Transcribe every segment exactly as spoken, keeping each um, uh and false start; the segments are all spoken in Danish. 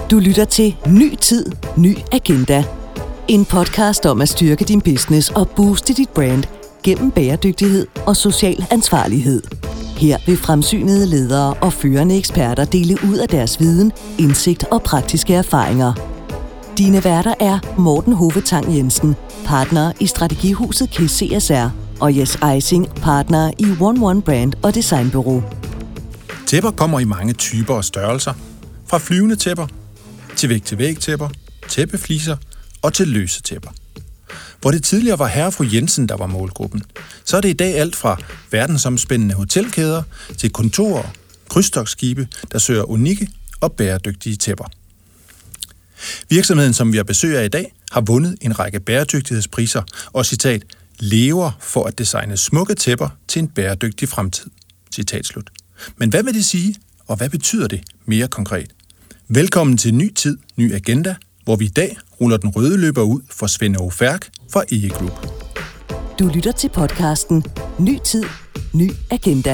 Du lytter til Ny Tid, Ny Agenda. En podcast om at styrke din business og booste dit brand gennem bæredygtighed og social ansvarlighed. Her vil fremsynede ledere og førende eksperter dele ud af deres viden, indsigt og praktiske erfaringer. Dine værter er Morten Hove Tang Jensen, partner i Strategihuset K C S R, og Jes Eising, partner i One One Brand og Designbureau. Tæpper kommer i mange typer og størrelser. Fra flyvende tæpper, til væg-til-væg-tæpper, tæppefliser og til løse tæpper. Hvor det tidligere var herre og fru Jensen, der var målgruppen, så er det i dag alt fra verdensomspændende hotelkæder til kontorer, krydstogtskibe, der søger unikke og bæredygtige tæpper. Virksomheden, som vi har besøg af i dag, har vundet en række bæredygtighedspriser og citat, lever for at designe smukke tæpper til en bæredygtig fremtid. Citat slut. Men hvad vil det sige, og hvad betyder det mere konkret? Velkommen til Ny Tid, Ny Agenda, hvor vi i dag ruller den røde løber ud for Svend Aage Ferch fra E E Group. Du lytter til podcasten Ny Tid, Ny Agenda.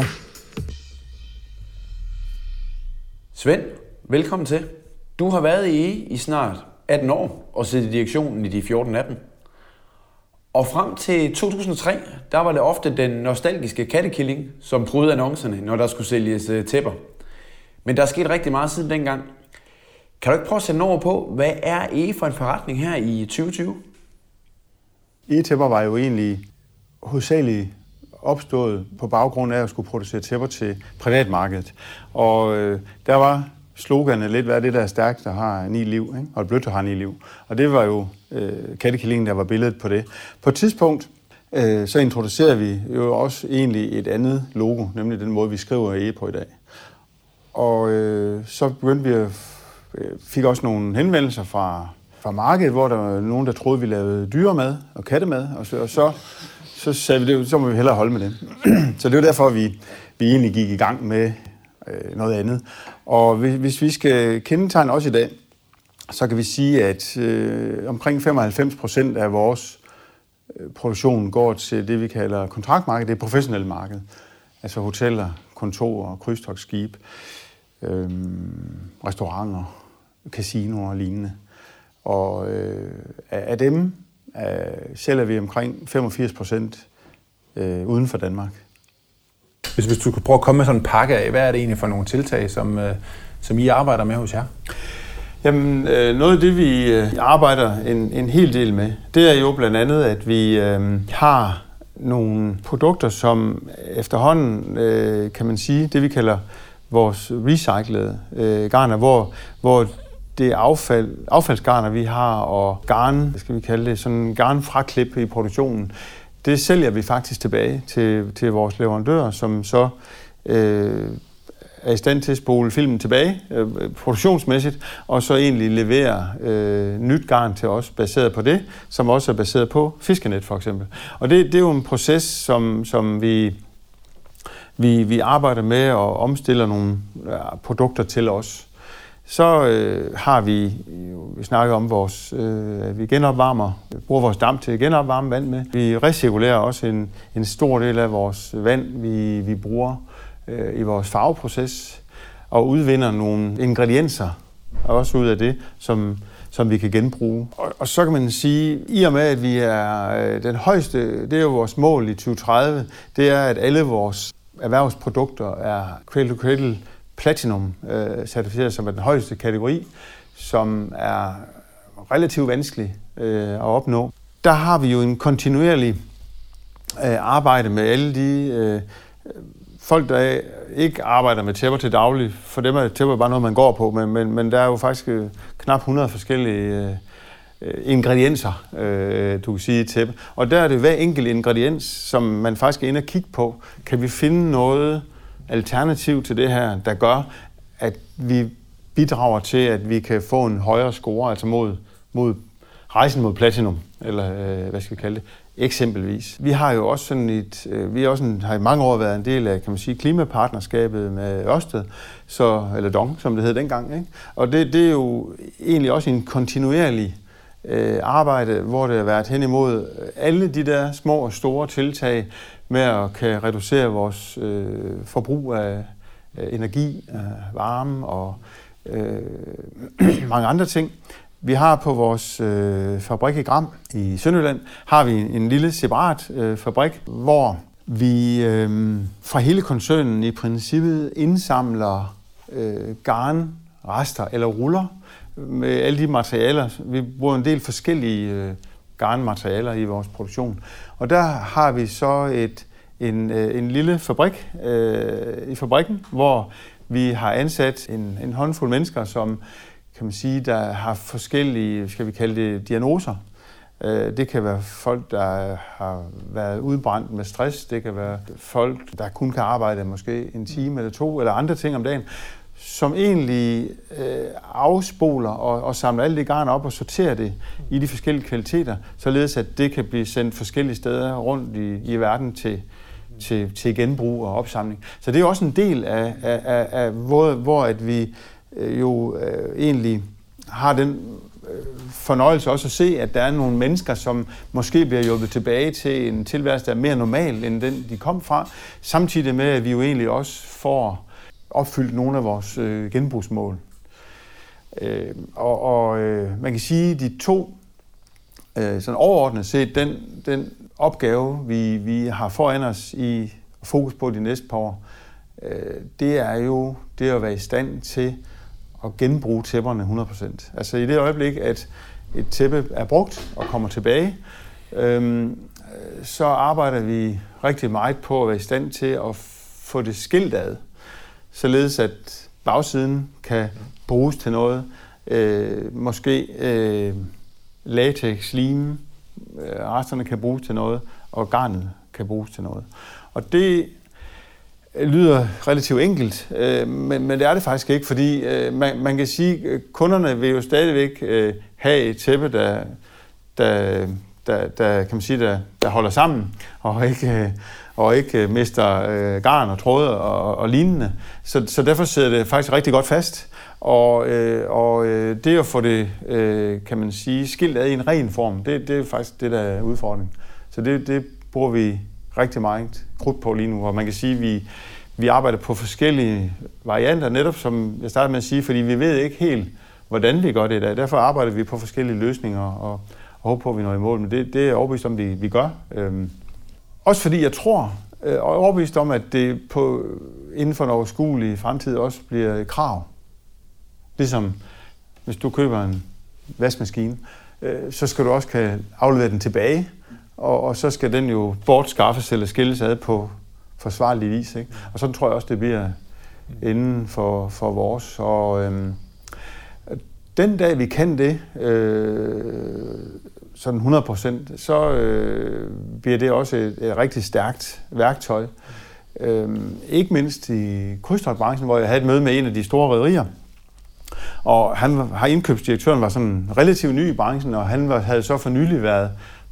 Svend, velkommen til. Du har været i E E i snart atten år og siddet i direktionen i de fjorten atten. Og frem til to tusind og tre, der var det ofte den nostalgiske kattekilling, som prydede annoncerne, når der skulle sælges tæpper. Men der er sket rigtig meget siden dengang. Kan du ikke prøve at sætte over på, hvad er E E for en forretning her i tyve tyve? E E-tæpper var jo egentlig hovedsageligt opstået på baggrund af at skulle producere tæpper til privatmarkedet. Og øh, der var sloganet lidt, hvad er det, der er stærkt, der har ni liv, ikke? Og et blødt, der har ni liv. Og det var jo øh, kattekillingen, der var billedet på det. På et tidspunkt, øh, så introducerede vi jo også egentlig et andet logo, nemlig den måde, vi skriver E E på i dag. Og øh, så begyndte vi at fik også nogle henvendelser fra, fra markedet, hvor der var nogen, der troede, vi lavede dyremad og kattemad, og så, og så, så sagde vi, det, så må vi hellere holde med det. Så det var derfor, vi, vi egentlig gik i gang med øh, noget andet. Og hvis, hvis vi skal kendetegne også i dag, så kan vi sige, at øh, omkring femoghalvfems procent af vores øh, produktion går til det, vi kalder kontraktmarked, det er professionelle marked. Altså hoteller, kontorer, krydstogtskibe, øh, restauranter, casinoer og lignende. Og øh, af dem øh, sælger vi omkring femogfirs procent øh, uden for Danmark. Hvis, hvis du kunne prøve at komme med sådan en pakke af, hvad er det egentlig for nogle tiltag, som, øh, som I arbejder med hos jer? Jamen, øh, noget af det, vi øh, arbejder en, en hel del med, det er jo blandt andet, at vi øh, har nogle produkter, som efterhånden, øh, kan man sige, det vi kalder vores recyclede øh, garner, hvor, hvor det affald, affaldsgarner, vi har, og garn, hvad skal vi kalde det, sådan garnfraklip i produktionen, det sælger vi faktisk tilbage til, til vores leverandører, som så øh, er i stand til at spole filmen tilbage øh, produktionsmæssigt, og så egentlig levere øh, nyt garn til os, baseret på det, som også er baseret på fiskenet for eksempel. Og det, det er jo en proces, som, som vi, vi, vi arbejder med og omstiller nogle ja, produkter til os. Så øh, har vi, vi snakket om vores, øh, vi genopvarmer, bruger vores damp til at genopvarme vand med. Vi recirkulerer også en, en stor del af vores vand, vi, vi bruger øh, i vores farveproces, og udvinder nogle ingredienser, også ud af det, som, som vi kan genbruge. Og, og så kan man sige, i og med at vi er øh, den højeste, det er jo vores mål i tyve tredive, det er, at alle vores erhvervsprodukter er Cradle to Cradle Platinum øh, certificeret som er den højeste kategori, som er relativt vanskelig øh, at opnå. Der har vi jo en kontinuerlig øh, arbejde med alle de øh, folk, der ikke arbejder med tæpper til daglig. For dem er tæpper bare noget, man går på, men, men, men der er jo faktisk øh, knap hundrede forskellige øh, ingredienser, øh, du kan sige, i tæppe. Og der er det hver enkelt ingrediens, som man faktisk er inde og kigge på. Kan vi finde noget alternativ til det her, der gør, at vi bidrager til, at vi kan få en højere score, altså mod, mod rejsen mod platinum, eller øh, hvad skal vi kalde det, eksempelvis. Vi har jo også sådan et, øh, vi har også en, har i mange år været en del af, kan man sige, klimapartnerskabet med Ørsted, så, eller Dong, som det hed dengang, ikke? Og det, det er jo egentlig også en kontinuerlig øh, arbejde, hvor det har været hen imod alle de der små og store tiltag, med at kan reducere vores øh, forbrug af øh, energi, af varme og øh, mange andre ting. Vi har på vores øh, fabrik i Gram i Sønderjylland, har vi en lille separat øh, fabrik, hvor vi øh, fra hele koncernen i princippet indsamler øh, garn, rester eller ruller med alle de materialer. Vi bruger en del forskellige øh, garnmaterialer i vores produktion. Og der har vi så et, en, øh, en lille fabrik øh, i fabrikken, hvor vi har ansat en, en håndfuld mennesker, som kan man sige, der har forskellige, skal vi kalde det, diagnoser. Det kan være folk, der har været udbrændt med stress. Det kan være folk, der kun kan arbejde måske en time eller to, eller andre ting om dagen, som egentlig øh, afspoler og, og samler alle de garn op og sorterer det i de forskellige kvaliteter, således at det kan blive sendt forskellige steder rundt i, i verden til, til, til genbrug og opsamling. Så det er også en del af, af, af, af hvor, hvor at vi øh, jo øh, egentlig har den fornøjelse også at se, at der er nogle mennesker, som måske bliver hjulpet tilbage til en tilværelse, der er mere normal end den, de kom fra, samtidig med, at vi jo egentlig også får opfyldt nogle af vores øh, genbrugsmål. Øh, og og øh, man kan sige, at de to, øh, sådan overordnet set, den, den opgave, vi, vi har foran os i fokus på de næste par år, øh, det er jo det at være i stand til at genbruge tæpperne hundrede procent. Altså i det øjeblik, at et tæppe er brugt og kommer tilbage, øhm, så arbejder vi rigtig meget på at være i stand til at få det skilt ad, således at bagsiden kan bruges til noget. Øh, måske øh, latex, lim, øh, resterne kan bruges til noget, og garnet kan bruges til noget. Og det lyder relativt enkelt, øh, men, men det er det faktisk ikke, fordi øh, man, man kan sige, at kunderne vil jo stadigvæk øh, have et tæppe, der, der, der, der, kan man sige, der, der holder sammen, og ikke, øh, og ikke mister øh, garn og tråde og, og lignende. Så, så derfor sidder det faktisk rigtig godt fast, og, øh, og øh, det at få det, øh, kan man sige, skilt ad i en ren form, det, det er faktisk det, der er udfordringen. Så det, det bruger vi rigtig meget krudt på lige nu, og man kan sige, at vi, vi arbejder på forskellige varianter, netop som jeg startede med at sige, fordi vi ved ikke helt, hvordan vi gør det i dag. Derfor arbejder vi på forskellige løsninger, og, og håber på, at vi når i mål. Men det, det er jeg overbevist om, vi, vi gør. Øhm, også fordi jeg tror, og er overbevist om, at det på, inden for en overskuelig fremtid også bliver et krav. Ligesom hvis du køber en vaskemaskine, øh, så skal du også kan aflevere den tilbage, Og, og så skal den jo bortskaffes eller skilles ad på forsvarlig vis. Ikke? Og sådan tror jeg også, det bliver inden for, for vores. Og øhm, den dag, vi kan det, øh, sådan hundrede procent, så øh, bliver det også et, et rigtig stærkt værktøj. Øhm, ikke mindst i krydstogtbranchen, hvor jeg havde et møde med en af de store rederier. Og han har indkøbsdirektøren var sådan relativt ny i branchen, og han var, havde så for nylig været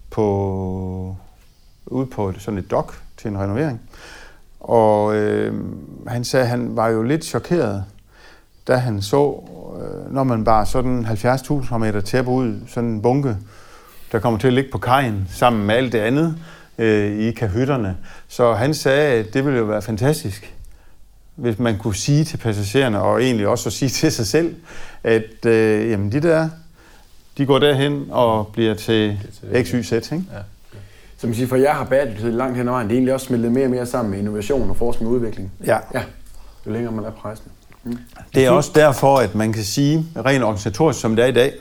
på, ude på sådan et dok til en renovering. Og øh, han sagde, at han var jo lidt chokeret, da han så, øh, når man bare sådan halvfjerds tusind meter tæppe ud, sådan en bunke, der kommer til at ligge på kajen sammen med alt det andet øh, i kahytterne. Så han sagde, at det ville jo være fantastisk, hvis man kunne sige til passagererne, og egentlig også at sige til sig selv, at øh, jamen de der, de går derhen og bliver til X Y Z, ikke? Ja. Så man siger, for jeg har bæredygtighed langt hen ad vejen, det er egentlig også smeltet mere og mere sammen med innovation og forskning og udvikling. Ja. Ja. Jo længere man er prejsen. Mm. Det er også derfor, at man kan sige, rent organisatorisk som det er i dag,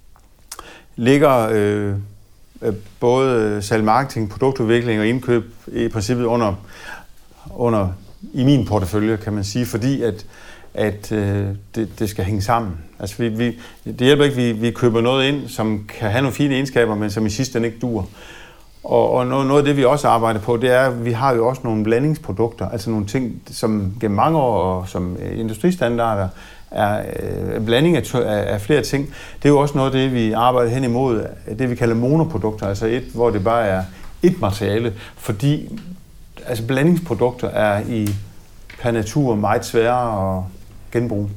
ligger øh, både salg, marketing, produktudvikling og indkøb i princippet under, under i min portefølje, kan man sige, fordi at, at øh, det, det skal hænge sammen. Altså vi, vi, det hjælper ikke, at vi, vi køber noget ind, som kan have nogle fine egenskaber, men som i sidste ende ikke duer. Og, og noget, noget af det, vi også arbejder på, det er, at vi har jo også nogle blandingsprodukter, altså nogle ting, som gennem mange år og som industristandarder er en blanding af, af flere ting. Det er jo også noget af det, vi arbejder hen imod, det vi kalder monoprodukter, altså et, hvor det bare er et materiale, fordi altså blandingsprodukter er i per natur meget sværere at genbruge.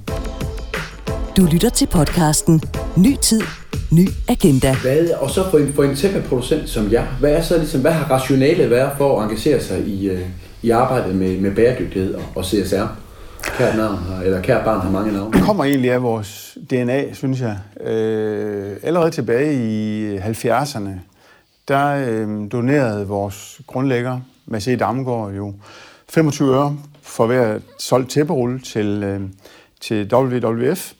Du lytter til podcasten Ny Tid, Ny Agenda. Hvad, og så for en, for en tæppeproducent som jeg, hvad er så ligesom, hvad har rationalet været for at engagere sig i, uh, i arbejdet med, med bæredygtighed og, og C S R? Kært navn har, eller kært barn har mange navne. Det kommer egentlig af vores D N A, synes jeg. Øh, allerede tilbage i halvfjerdserne, der øh, donerede vores grundlægger, Mads E. Damgaard, jo femogtyve øre for hver solgt tæpperulle til, øh, til W W F,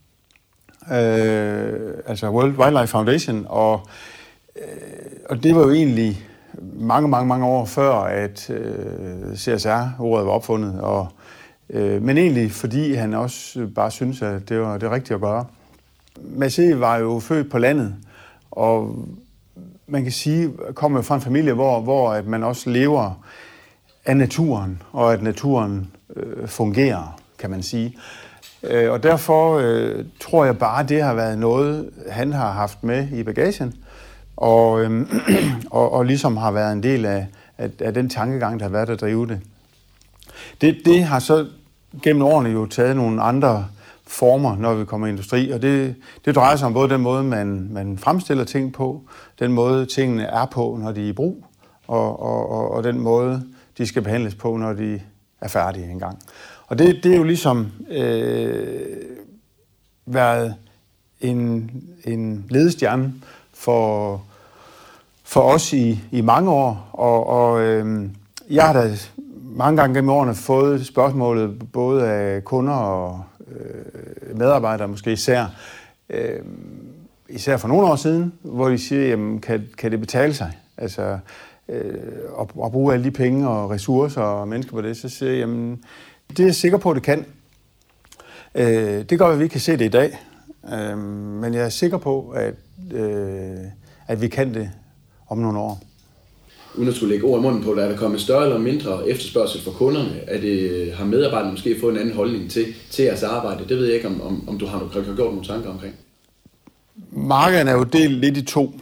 øh, altså World Wildlife Foundation, og, øh, og det var jo egentlig mange, mange, mange år før, at øh, C S R-ordet var opfundet, og, øh, men egentlig fordi han også bare syntes, at det var det rigtige at gøre. Mads E. var jo født på landet, og man kan sige, kommer fra en familie, hvor, hvor at man også lever af naturen, og at naturen øh, fungerer, kan man sige. Øh, og derfor øh, tror jeg bare, det har været noget, han har haft med i bagagen, og, øh, og, og ligesom har været en del af, af, af den tankegang, der har været at drive det. det. Det har så gennem årene jo taget nogle andre former, når vi kommer i industri, og det, det drejer sig om både den måde, man, man fremstiller ting på, den måde, tingene er på, når de er i brug, og, og, og, og den måde, de skal behandles på, når de er færdige engang. Og det, det er jo ligesom øh, været en, en ledestjerne for, for os i, i mange år, og, og øh, jeg har da mange gange gennem årene fået spørgsmålet både af kunder og øh, medarbejdere, måske især, øh, især for nogle år siden, hvor de siger, jamen, kan, kan det betale sig? Altså, øh, at, at bruge alle de penge og ressourcer og mennesker på det, så siger jeg, jamen, det er jeg sikker på, at det kan. Øh, det gør, at vi ikke kan se det i dag, øh, men jeg er sikker på, at, øh, at vi kan det om nogle år. Uden at skulle lægge ord i munden på, der er der kommet større eller mindre efterspørgsel fra kunderne, at det har medarbejderne måske fået en anden holdning til, til jeres arbejde. Det ved jeg ikke, om, om, om du har, har gjort nogle tanker omkring. Markedet er jo delt lidt i to.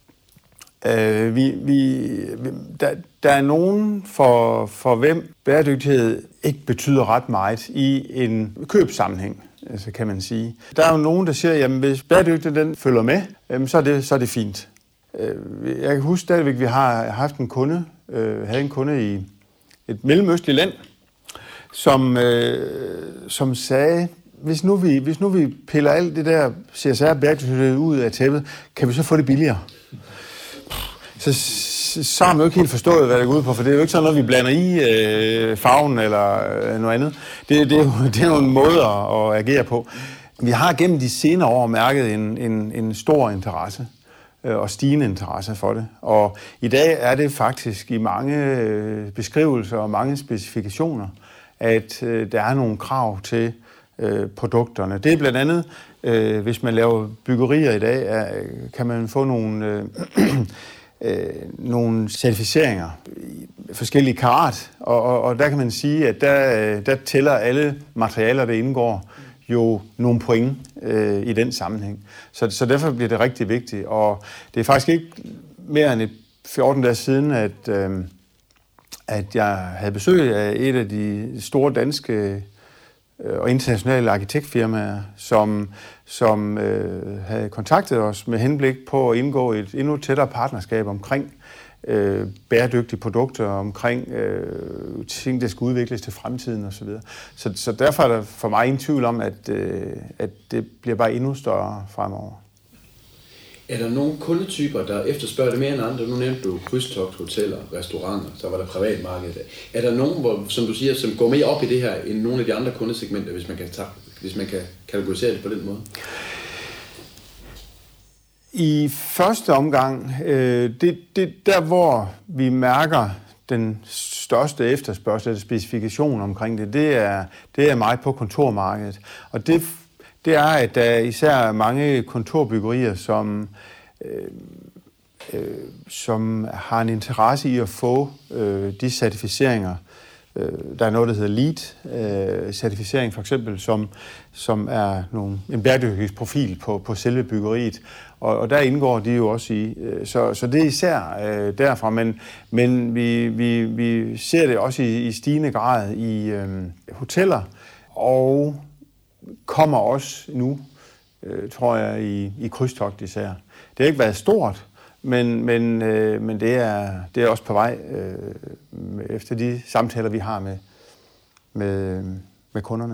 Uh, vi, vi, der, der er nogen, for, for hvem bæredygtighed ikke betyder ret meget i en købssammenhæng, altså kan man sige. Der er jo nogen, der siger, at hvis bæredygtighed den følger med, så er det, så er det fint. Jeg kan huske stadigvæk, at vi har haft en kunde, øh, havde en kunde i et mellemøstligt land, som, øh, som sagde, hvis nu, vi, hvis nu vi piller alt det der C S R-bæredygtighed ud af tæppet, kan vi så få det billigere? Så, så har man jo ikke helt forstået, hvad det går ud på, for det er jo ikke sådan noget, vi blander i øh, farven eller øh, noget andet. Det, det, er jo, det er jo en måde at, at agere på. Vi har gennem de senere år mærket en, en, en stor interesse og stigende interesse for det. Og i dag er det faktisk i mange beskrivelser og mange specifikationer, at der er nogle krav til produkterne. Det er blandt andet, hvis man laver byggerier i dag, kan man få nogle, nogle certificeringer i forskellige karat, og, og, og der kan man sige, at der, der tæller alle materialer, der indgår, jo nogle point øh, i den sammenhæng. Så, så derfor bliver det rigtig vigtigt. Og det er faktisk ikke mere end et fjorten dage siden, at, øh, at jeg havde besøg af et af de store danske øh, og internationale arkitektfirmaer, som, som øh, havde kontaktet os med henblik på at indgå et endnu tættere partnerskab omkring Øh, bæredygtige produkter, omkring øh, ting, der skal udvikles til fremtiden osv. Så, så derfor er der for mig ingen tvivl om, at, øh, at det bliver bare endnu større fremover. Er der nogle kundetyper, der efterspørger det mere end andre? Nu nævnte du krydstogt, hoteller, restauranter, så var der privatmarked. Er der nogen, hvor, som du siger, som går mere op i det her, end nogle af de andre kundesegmenter, hvis man kan, tage, hvis man kan kategorisere det på den måde? I første omgang, øh, det, det, der hvor vi mærker den største efterspørgsel eller specifikation omkring det, det er, det er meget på kontormarkedet. Og det, det er, at der er især mange kontorbyggerier, som, øh, øh, som har en interesse i at få øh, de certificeringer. Der er noget, der hedder LEED-certificering for eksempel, som, som er nogle, en bæredygtighedsprofil på, på selve byggeriet. Og, og der indgår de jo også i. Så, så det er især øh, derfra, men, men vi, vi, vi ser det også i, i stigende grad i øh, hoteller, og kommer også nu, øh, tror jeg, i, i krydstogt især. Det har ikke været stort, Men, men, øh, men det, er, det er også på vej øh, efter de samtaler, vi har med, med, med kunderne.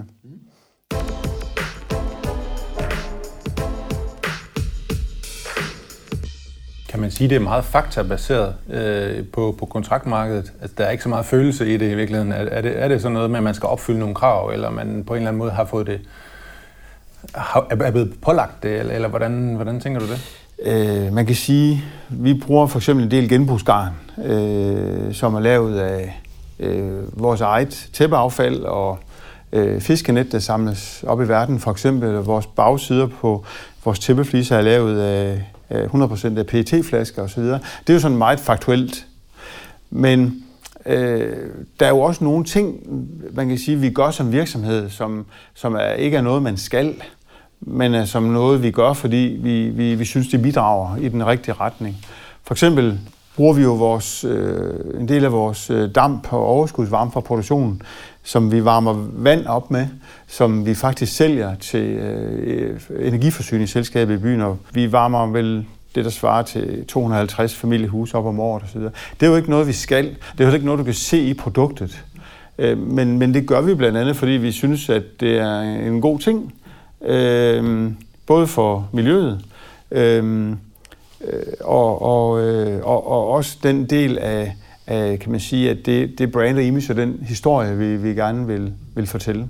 Kan man sige, det er meget faktabaseret øh, på, på kontraktmarkedet? Altså, der er ikke så meget følelse i det i virkeligheden. Er, er, det, er det sådan noget med, at man skal opfylde nogle krav, eller man på en eller anden måde har fået det, har, er blevet pålagt det, eller, eller hvordan, hvordan tænker du det? Øh, man kan sige, vi bruger for eksempel en del genbrugsgarn, øh, som er lavet af øh, vores eget tæppeaffald og øh, fiskenet, der samles op i verden. For eksempel vores bagsider på vores tæppefliser er lavet af hundrede procent af P E T-flasker osv. Det er jo sådan meget faktuelt. Men øh, der er jo også nogle ting, man kan sige, vi gør som virksomhed, som, som er, ikke er noget, man skal, men er som noget, vi gør, fordi vi, vi, vi synes, det bidrager i den rigtige retning. For eksempel bruger vi jo vores, øh, en del af vores damp og overskudsvarme fra produktionen, som vi varmer vand op med, som vi faktisk sælger til øh, energiforsyningsselskabet i byen, og vi varmer vel det, der svarer til to hundrede og halvtreds familiehuse op om året osv. Det er jo ikke noget, vi skal. Det er jo ikke noget, du kan se i produktet. Øh, men, men det gør vi blandt andet, fordi vi synes, at det er en god ting, øh, både for miljøet, øh, og, og, øh, og, og også den del af kan man sige, at det, det brand og image og den historie, vi, vi gerne vil, vil fortælle.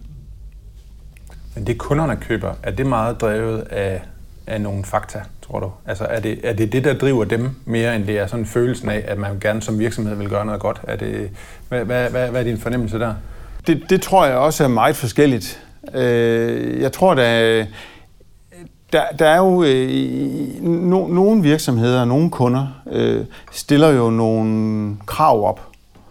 Men det kunderne køber, er det meget drevet af, af nogle fakta, tror du? Altså er det, er det det, der driver dem mere, end det er sådan følelsen af, at man gerne som virksomhed vil gøre noget godt? Er det, hvad, hvad, hvad, hvad er din fornemmelse der? Det, det tror jeg også er meget forskelligt. Jeg tror, der Der, der er jo øh, no, nogle virksomheder og nogle kunder øh, stiller jo nogle krav op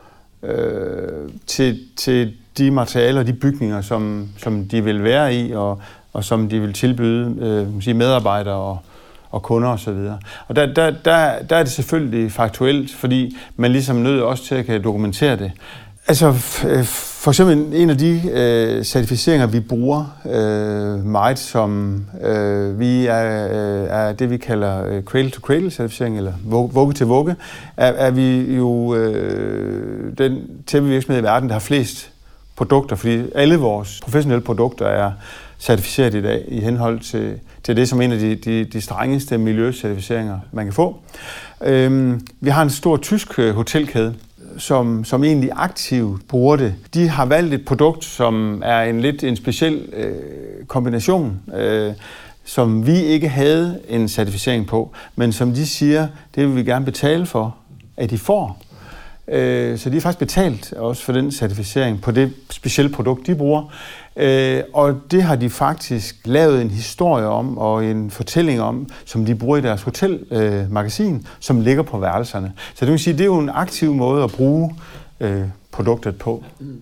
øh, til, til de materialer og de bygninger, som, som de vil være i, og, og som de vil tilbyde øh, sige medarbejdere og, og kunder osv. Og, og der, der, der, der er det selvfølgelig faktuelt, fordi man ligesom nødt også til at kan dokumentere det. Altså for eksempel en af de øh, certificeringer, vi bruger øh, meget, som øh, vi er, øh, er det, vi kalder cradle-to-cradle-certificering, eller vugge til vugge, er, er vi jo øh, den tæppevirksomhed i verden, der har flest produkter, fordi alle vores professionelle produkter er certificeret i dag i henhold til, til det, som en af de, de, de strengeste miljøcertificeringer, man kan få. Øh, vi har en stor tysk hotelkæde, Som, som egentlig aktivt bruger det. De har valgt et produkt, som er en lidt en speciel øh, kombination, øh, som vi ikke havde en certificering på, men som de siger, det vil vi gerne betale for, at de får. Øh, så de har faktisk betalt også for den certificering på det specielle produkt, de bruger. Øh, og det har de faktisk lavet en historie om og en fortælling om, som de bruger i deres hotelmagasin, øh, som ligger på værelserne. Så det vil sige, det er jo en aktiv måde at bruge øh, produktet på.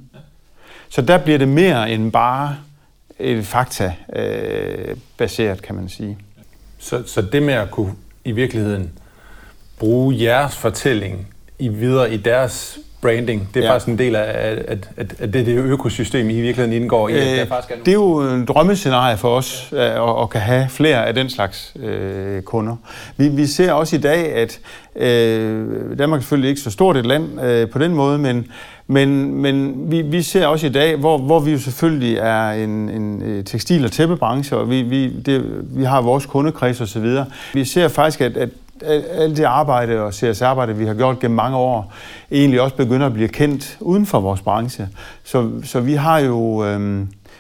Så der bliver det mere end bare et fakta-baseret, øh, kan man sige. Så, så det med at kunne i virkeligheden bruge jeres fortælling i videre i deres branding, det er ja. faktisk en del af, at, at, at det, det økosystem, I virkeligheden indgår i. Øh, det, er det er jo en drømmescenarie for os, at, at kan have flere af den slags øh, kunder. Vi, vi ser også i dag, at øh, Danmark er selvfølgelig ikke så stort et land øh, på den måde, men, men, men vi, vi ser også i dag, hvor, hvor vi jo selvfølgelig er en, en tekstil- og tæppebranche, og vi, vi, det, vi har vores kundekreds og så videre. Vi ser faktisk, at, at alt det arbejde og C S R-arbejde, vi har gjort gennem mange år, egentlig også begynder at blive kendt uden for vores branche. Så, så vi har jo øh,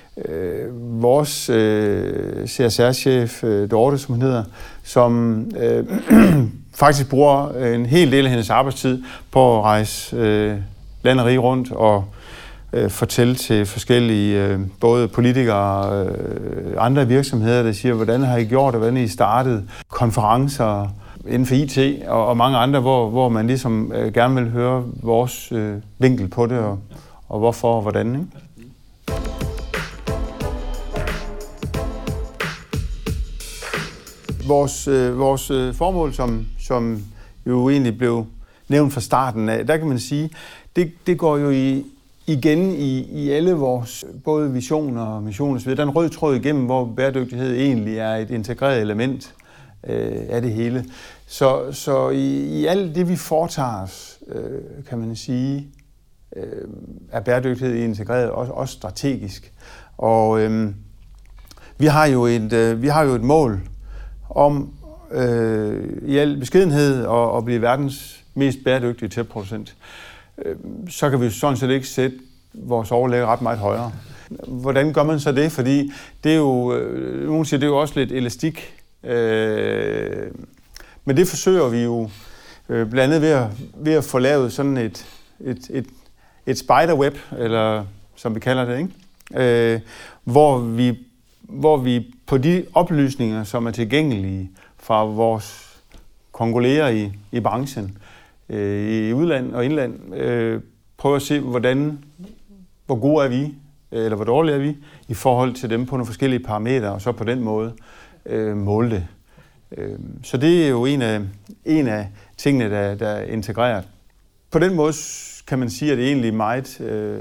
øh, vores øh, C S R-chef, øh, Dorte, som hun hedder, som øh, faktisk bruger en hel del af hendes arbejdstid på at rejse øh, land og rige rundt og øh, fortælle til forskellige, øh, både politikere og øh, andre virksomheder, der siger, hvordan har I gjort, og hvordan I startet konferencer inden for I T og, og mange andre, hvor, hvor man ligesom øh, gerne vil høre vores øh, vinkel på det, og, og hvorfor og hvordan, ikke? Vores, øh, vores øh, formål, som, som jo egentlig blev nævnt fra starten af, der kan man sige, det, det går jo i, igen i, i alle vores både visioner og missioner osv. Der er en rød tråd igennem, hvor bæredygtighed egentlig er et integreret element øh, af det hele. Så, så i, i alt det, vi foretager os, øh, kan man sige, øh, er bæredygtighed integreret, også, også strategisk. Og øh, vi har jo et, øh, vi har jo et mål om øh, i al beskedenhed at, at blive verdens mest bæredygtige tæppeproducent. Øh, så kan vi sådan set ikke sætte vores overlæg ret meget højere. Hvordan gør man så det? Fordi det er jo, øh, nogen siger, det er jo også lidt elastik. Øh, men det forsøger vi jo øh, blandt andet ved at, ved at få lavet sådan et, et, et, et spiderweb, eller som vi kalder det, ikke? Øh, hvor, vi, hvor vi på de oplysninger, som er tilgængelige fra vores konkurrerer i, i branchen, øh, i udland og indland, øh, prøver at se, hvordan, hvor gode er vi, eller hvor dårlige er vi, i forhold til dem på nogle forskellige parametre, og så på den måde øh, måle det. Øh, så det er jo en af, en af tingene, der, der er integreret. På den måde kan man sige, at det er egentlig meget øh,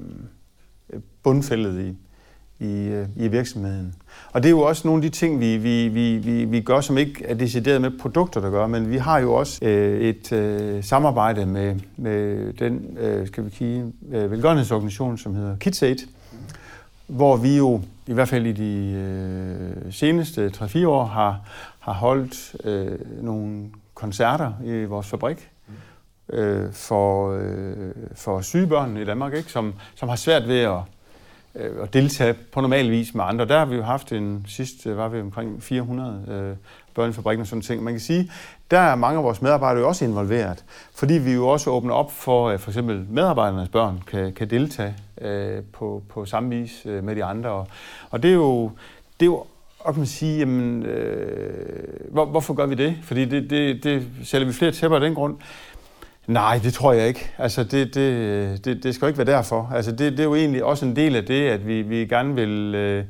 bundfældet i, i, i virksomheden. Og det er jo også nogle af de ting, vi, vi, vi, vi gør, som ikke er decideret med produkter, der gør, men vi har jo også øh, et øh, samarbejde med, med den øh, skal vi sige, øh, velgørenhedsorganisation, som hedder KidsAid, hvor vi jo i hvert fald i de øh, seneste tre fire år har, har holdt øh, nogle koncerter i vores fabrik øh, for, øh, for syge børn i Danmark, ikke? Som, som har svært ved at og deltage på normal vis med andre. Der har vi jo haft en, sidst var vi omkring fire hundrede øh, børn i fabrikken og sådan ting. Man kan sige, der er mange af vores medarbejdere jo også involveret, fordi vi jo også åbner op for, at for eksempel medarbejdernes børn kan, kan deltage øh, på, på samme vis øh, med de andre. Og, og det er jo, det er jo og kan man sige, jamen, øh, hvor, hvorfor gør vi det? Fordi det, det, det sælger vi flere tæpper af den grund. Nej, det tror jeg ikke. Altså, det, det, det, det skal jo ikke være derfor. Altså, det, det er jo egentlig også en del af det, at vi, vi gerne vil øh,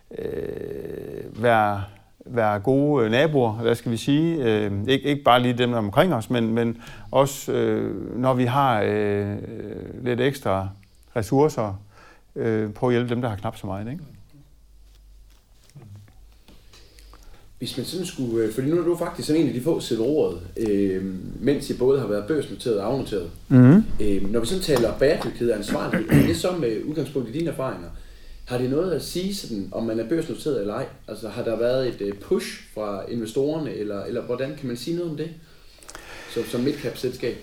øh, være, være gode naboer, hvad skal vi sige. Øh, ikke, ikke bare lige dem, der er omkring os, men, men også, øh, når vi har øh, lidt ekstra ressourcer, øh, på at hjælpe dem, der har knap så meget, ikke? Hvis man sådan skulle, fordi nu er du faktisk sådan en af de få sætter ordet, øh, mens I både har været børsnoteret og afnoteret. Mm-hmm. Øh, når vi sådan taler bæredygtighed og ansvarlighed, er det så med udgangspunkt i dine erfaringer, har det noget at sige sådan, om man er børsnoteret eller ej? Altså har der været et push fra investorerne, eller, eller hvordan kan man sige noget om det som, som midcap-selskab?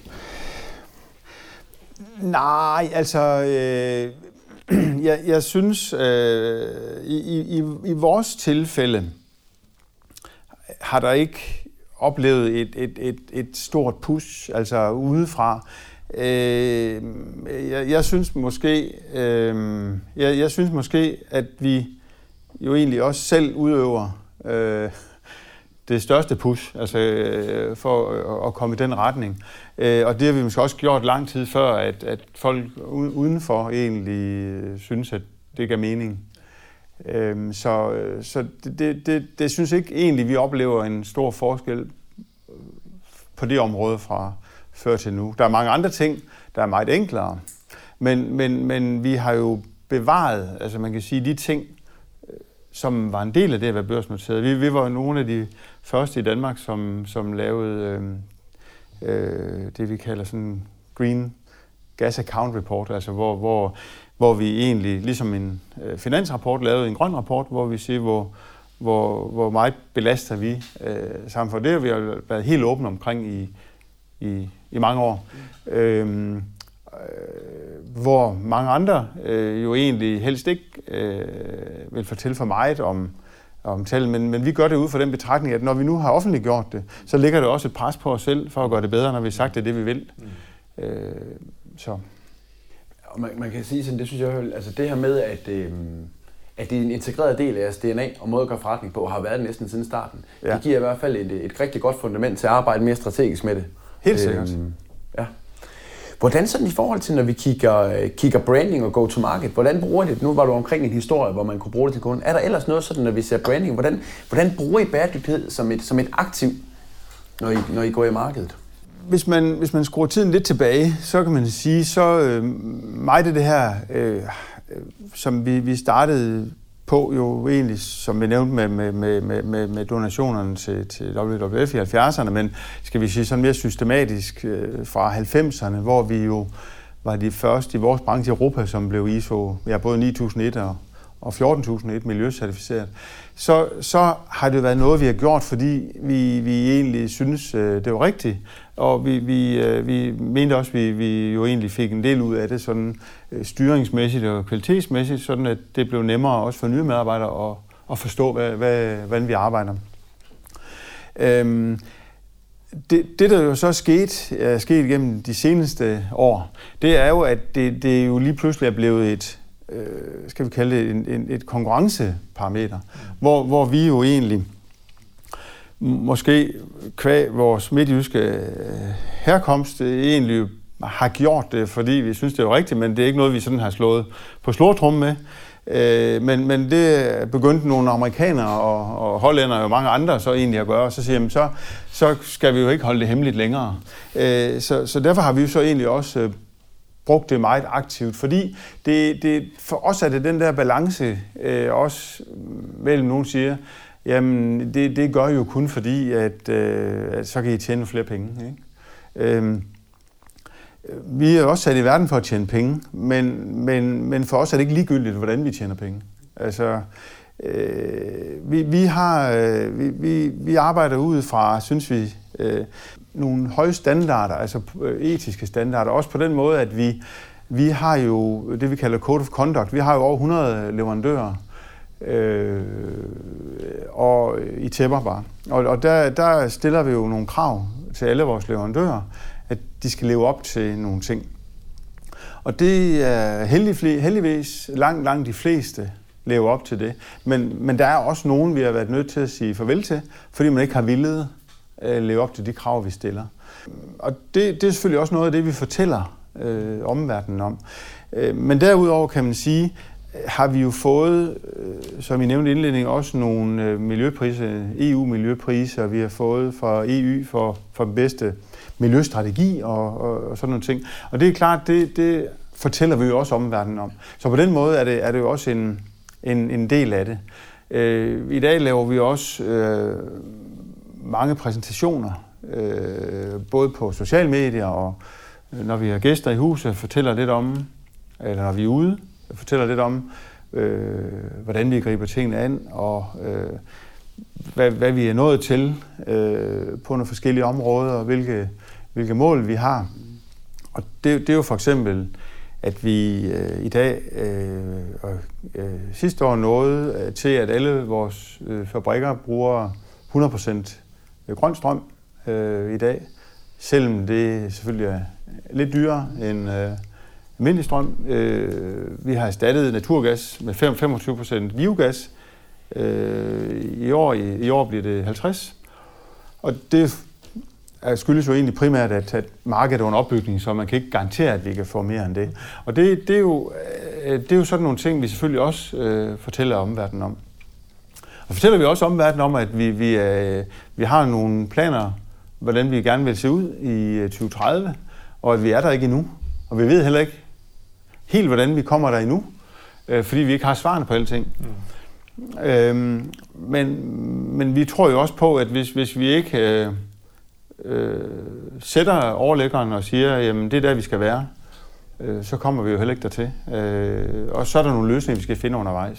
Nej, altså øh, jeg, jeg synes øh, i, i, i vores tilfælde har der ikke oplevet et, et, et, et stort push, altså udefra. Øh, jeg, jeg synes måske, øh, jeg, jeg synes måske, at vi jo egentlig også selv udøver øh, det største push, altså øh, for at, at komme i den retning. Øh, og det har vi måske også gjort lang tid før, at, at folk udenfor egentlig synes, at det gav mening. Øhm, så så det, det, det, det synes ikke egentlig, vi oplever en stor forskel på det område fra før til nu. Der er mange andre ting, der er meget enklere, men, men, men vi har jo bevaret, altså man kan sige, de ting, som var en del af det at være børsnoteret. Vi, vi var nogle af de første i Danmark, som, som lavede øh, øh, det, vi kalder sådan Green Gas Account Report, altså hvor, hvor hvor vi egentlig, ligesom en øh, finansrapport, lavede en grøn rapport, hvor vi siger, hvor, hvor, hvor meget belaster vi øh, samfundet. Det har vi jo været helt åbne omkring i, i, i mange år. Mm. Øhm, øh, hvor mange andre øh, jo egentlig helst ikke øh, vil fortælle for meget om, om tal, men, men vi gør det ud fra den betragtning, at når vi nu har offentliggjort det, så ligger det også et pres på os selv for at gøre det bedre, når vi har sagt, det er det, vi vil. Mm. Øh, så... Og man, man kan sige sådan, det synes jeg, altså det her med, at, øh, at det er en integreret del af jeres D N A og måde at gøre forretning på, har været det næsten siden starten. Ja. Det giver i hvert fald et, et rigtig godt fundament til at arbejde mere strategisk med det. Helt sikkert. Øh, ja. Hvordan sådan i forhold til, når vi kigger, kigger branding og go-to-market, hvordan bruger det? Nu var du omkring en historie, hvor man kunne bruge det til kunden. Er der ellers noget sådan, når vi ser branding, hvordan, hvordan bruger I bæredygtighed som et, som et aktiv, når I, når I går i markedet? Hvis man, hvis man skruer tiden lidt tilbage, så kan man sige, så øh, meget af det her, øh, som vi, vi startede på jo egentlig, som vi nævnte med, med, med, med, med donationerne til, til W W F i halvfjerdserne, men skal vi sige sådan mere systematisk øh, fra halvfemserne, hvor vi jo var de første i vores branche i Europa, som blev I S O, ja, både ni tusind og et og, og fjorten tusind og et miljøcertificeret. Så, så har det været noget, vi har gjort, fordi vi, vi egentlig synes, det var rigtigt. Og vi, vi, vi mente også, at vi, vi jo egentlig fik en del ud af det, sådan styringsmæssigt og kvalitetsmæssigt, sådan at det blev nemmere også for nye medarbejdere at, at forstå, hvad, hvad, hvordan vi arbejder. Øhm, det, det, der jo så er sket, er sket gennem de seneste år, det er jo, at det, det jo lige pludselig er blevet et, øh, skal vi kalde det, en, en, et konkurrenceparameter, mm. hvor, hvor vi jo egentlig måske kvæg vores midtjyske herkomst egentlig har gjort det, fordi vi synes, det er rigtigt, men det er ikke noget, vi sådan har slået på slåtrum med. Men, men det begyndte nogle amerikanere og, og hollændere og mange andre så egentlig at gøre, og så siger jamen, så, så skal vi jo ikke holde det hemmeligt længere. Så, så derfor har vi jo så egentlig også brugt det meget aktivt, fordi det, det, for os er det den der balance, også mellem nogen siger, jamen, det, det gør jo kun fordi, at, øh, at så kan I tjene flere penge. Ikke? Øhm, vi er også sat i verden for at tjene penge, men, men, men for os er det ikke ligegyldigt, hvordan vi tjener penge. Altså, øh, vi, vi, har, øh, vi, vi, vi arbejder ud fra, synes vi, øh, nogle høje standarder, altså etiske standarder, også på den måde, at vi, vi har jo det, vi kalder Code of Conduct. Vi har jo over hundrede leverandører, Øh, og i tæpper bare. Og, og der, der stiller vi jo nogle krav til alle vores leverandører, at de skal leve op til nogle ting. Og det er heldig, heldigvis langt, langt de fleste lever op til det. Men, men der er også nogen, vi har været nødt til at sige farvel til, fordi man ikke har villet øh, leve op til de krav, vi stiller. Og det, det er selvfølgelig også noget af det, vi fortæller øh, omverdenen om. Øh, men derudover kan man sige, har vi jo fået, som I nævnte i indledningen, også nogle miljøpriser, E U-miljøpriser, vi har fået fra E U for, for bedste miljøstrategi og, og, og sådan nogle ting. Og det er klart, det, det fortæller vi jo også omverdenen om. Så på den måde er det, er det jo også en, en, en del af det. Øh, I dag laver vi også øh, mange præsentationer, øh, både på sociale medier og når vi har gæster i huset, fortæller lidt om, eller når vi er ude, fortæller lidt om, øh, hvordan vi griber tingene an, og øh, hvad, hvad vi er nået til øh, på nogle forskellige områder, og hvilke, hvilke mål vi har. Og det, det er jo for eksempel, at vi øh, i dag øh, og øh, sidste år nåede øh, til, at alle vores øh, fabrikker bruger hundrede procent grøn strøm øh, i dag, selvom det selvfølgelig er lidt dyrere end øh, almindelig strøm. Øh, vi har erstattet naturgas med femogtyve procent biogas. Øh, i, år, i, I år bliver det halvtreds. Og det skyldes jo egentlig primært, at, at markedet er en opbygning, så man kan ikke garantere, at vi kan få mere end det. Og det, det, er, jo, det er jo sådan nogle ting, vi selvfølgelig også øh, fortæller omverdenen om. Og fortæller vi også omverdenen om, at vi, vi, øh, vi har nogle planer, hvordan vi gerne vil se ud i tyve tredive, og at vi er der ikke endnu. Og vi ved heller ikke helt, hvordan vi kommer der endnu, øh, fordi vi ikke har svarene på alle ting. Mm. Øhm, men, men vi tror jo også på, at hvis, hvis vi ikke øh, øh, sætter overlæggeren og siger, jamen det er der, vi skal være, øh, så kommer vi jo heller ikke dertil. Øh, og så er der nogle løsninger, vi skal finde undervejs.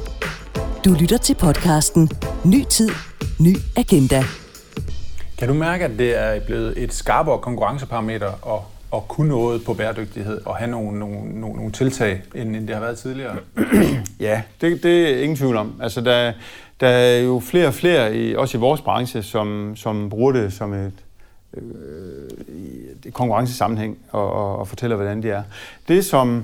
Du lytter til podcasten Ny Tid, Ny Agenda. Kan du mærke, at det er blevet et skarpere konkurrenceparameter og og kunne noget på bæredygtighed og have nogle, nogle, nogle, nogle tiltag, end, end det har været tidligere? Ja, det, det er ingen tvivl om. Altså, der, der er jo flere og flere, i, også i vores branche, som, som bruger det som et, øh, et konkurrencesammenhæng og, og, og fortæller, hvordan det er. Det som,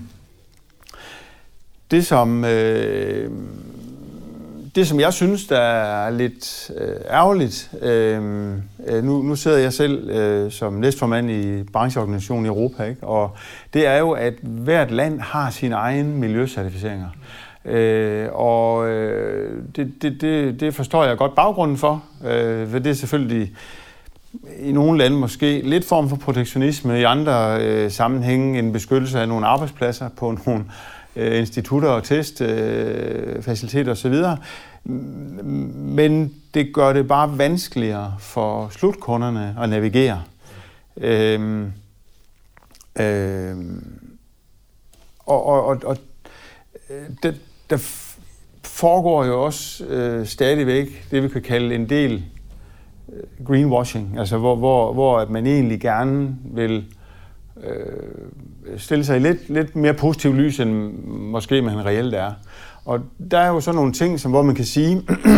det som, øh, det, som jeg synes, der er lidt øh, ærgerligt, øh, nu, nu sidder jeg selv øh, som næstformand i brancheorganisationen i Europa, ikke? Og det er jo, at hvert land har sine egne miljøcertificeringer. Øh, og øh, det, det, det, det forstår jeg godt baggrunden for, øh, for det er selvfølgelig i nogle lande måske lidt form for protektionisme, i andre øh, sammenhænge en beskyttelse af nogle arbejdspladser på nogle øh, institutter og testfaciliteter øh, osv. Men det gør det bare vanskeligere for slutkunderne at navigere. Øhm, øhm, og, og, og, og det, der foregår jo også øh, stadigvæk det, vi kan kalde en del øh, greenwashing, altså hvor, hvor, hvor at man egentlig gerne vil øh, stille sig i lidt, lidt mere positiv lys, end måske man reelt er. Og der er jo så nogle ting, som, hvor man kan sige,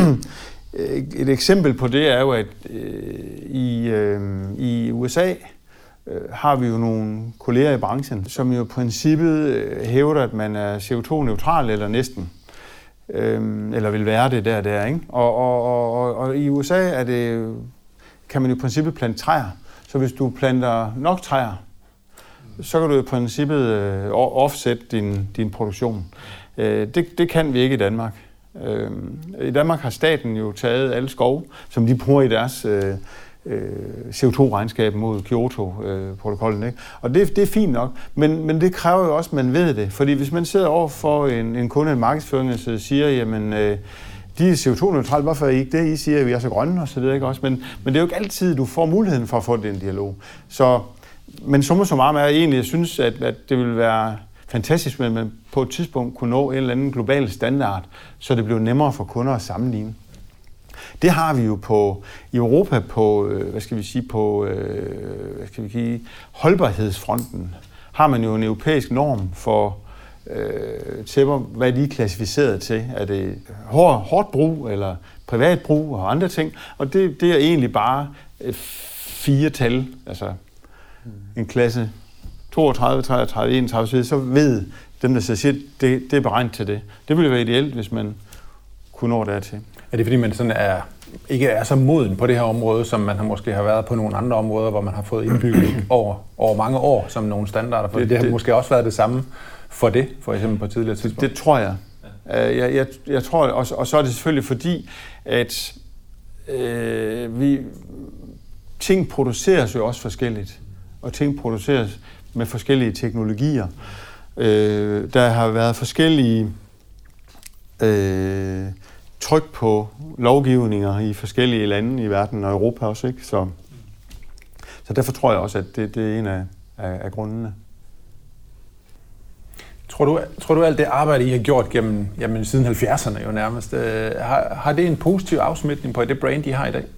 et eksempel på det er jo, at øh, i, øh, i U S A øh, har vi jo nogle kolleger i branchen, som jo i princippet øh, hævder, at man er C O to neutral eller næsten. Øh, eller vil være det der, der, ikke? Og, og, og, og i U S A er det, kan man jo i princippet plante træer. Så hvis du planter nok træer, så kan du i princippet øh, offset din, din produktion. Øh, det, det kan vi ikke i Danmark. Øh, I Danmark har staten jo taget alle skove, som de bruger i deres øh, øh, C O to regnskab mod Kyoto-protokollen. Øh, og det, det er fint nok, men, men det kræver jo også, at man ved det. Fordi hvis man sidder over for en, en kunde, en markedsføring, så siger, jamen, øh, de er C O to neutrale, hvorfor er I ikke det? I siger, at vi er så grønne og så videre, ikke også? Men, men det er jo ikke altid, du får muligheden for at få den dialog. Så, men summa summarum er egentlig, jeg synes, at, at det vil være fantastisk, at man på et tidspunkt kunne nå en eller anden global standard, så det blev nemmere for kunder at sammenligne. Det har vi jo på i Europa på, hvad skal vi sige, på hvad skal vi sige, holdbarhedsfronten. Har man jo en europæisk norm for øh, tæpper, hvad de er klassificeret til. Er det hårdt, hårdt brug eller privat brug og andre ting? Og det, det er egentlig bare fire tal, altså en klasse toogtredive, treogtredive, enogtredive, så ved dem, der siger, det, det er beregnet til det. Det ville være ideelt, hvis man kunne nå dertil. Er det fordi, man sådan er, ikke er så moden på det her område, som man har måske har været på nogle andre områder, hvor man har fået indbygget over, over mange år som nogle standarder? For det, det har det, måske også været det samme for det, for eksempel på tidligere tidspunkt. Det, det tror jeg. Ja. Jeg, jeg, jeg tror, og, og så er det selvfølgelig fordi, at øh, vi, ting produceres jo også forskelligt, og ting produceres med forskellige teknologier. Øh, der har været forskellige øh, tryk på lovgivninger i forskellige lande i verden og Europa også, ikke? Så, så derfor tror jeg også, at det, det er en af, af, af grundene. Tror du, tror du alt det arbejde, I har gjort gennem jamen, siden halvfjerdserne jo nærmest, øh, har, har det en positiv afsmitning på det brand, I har i dag?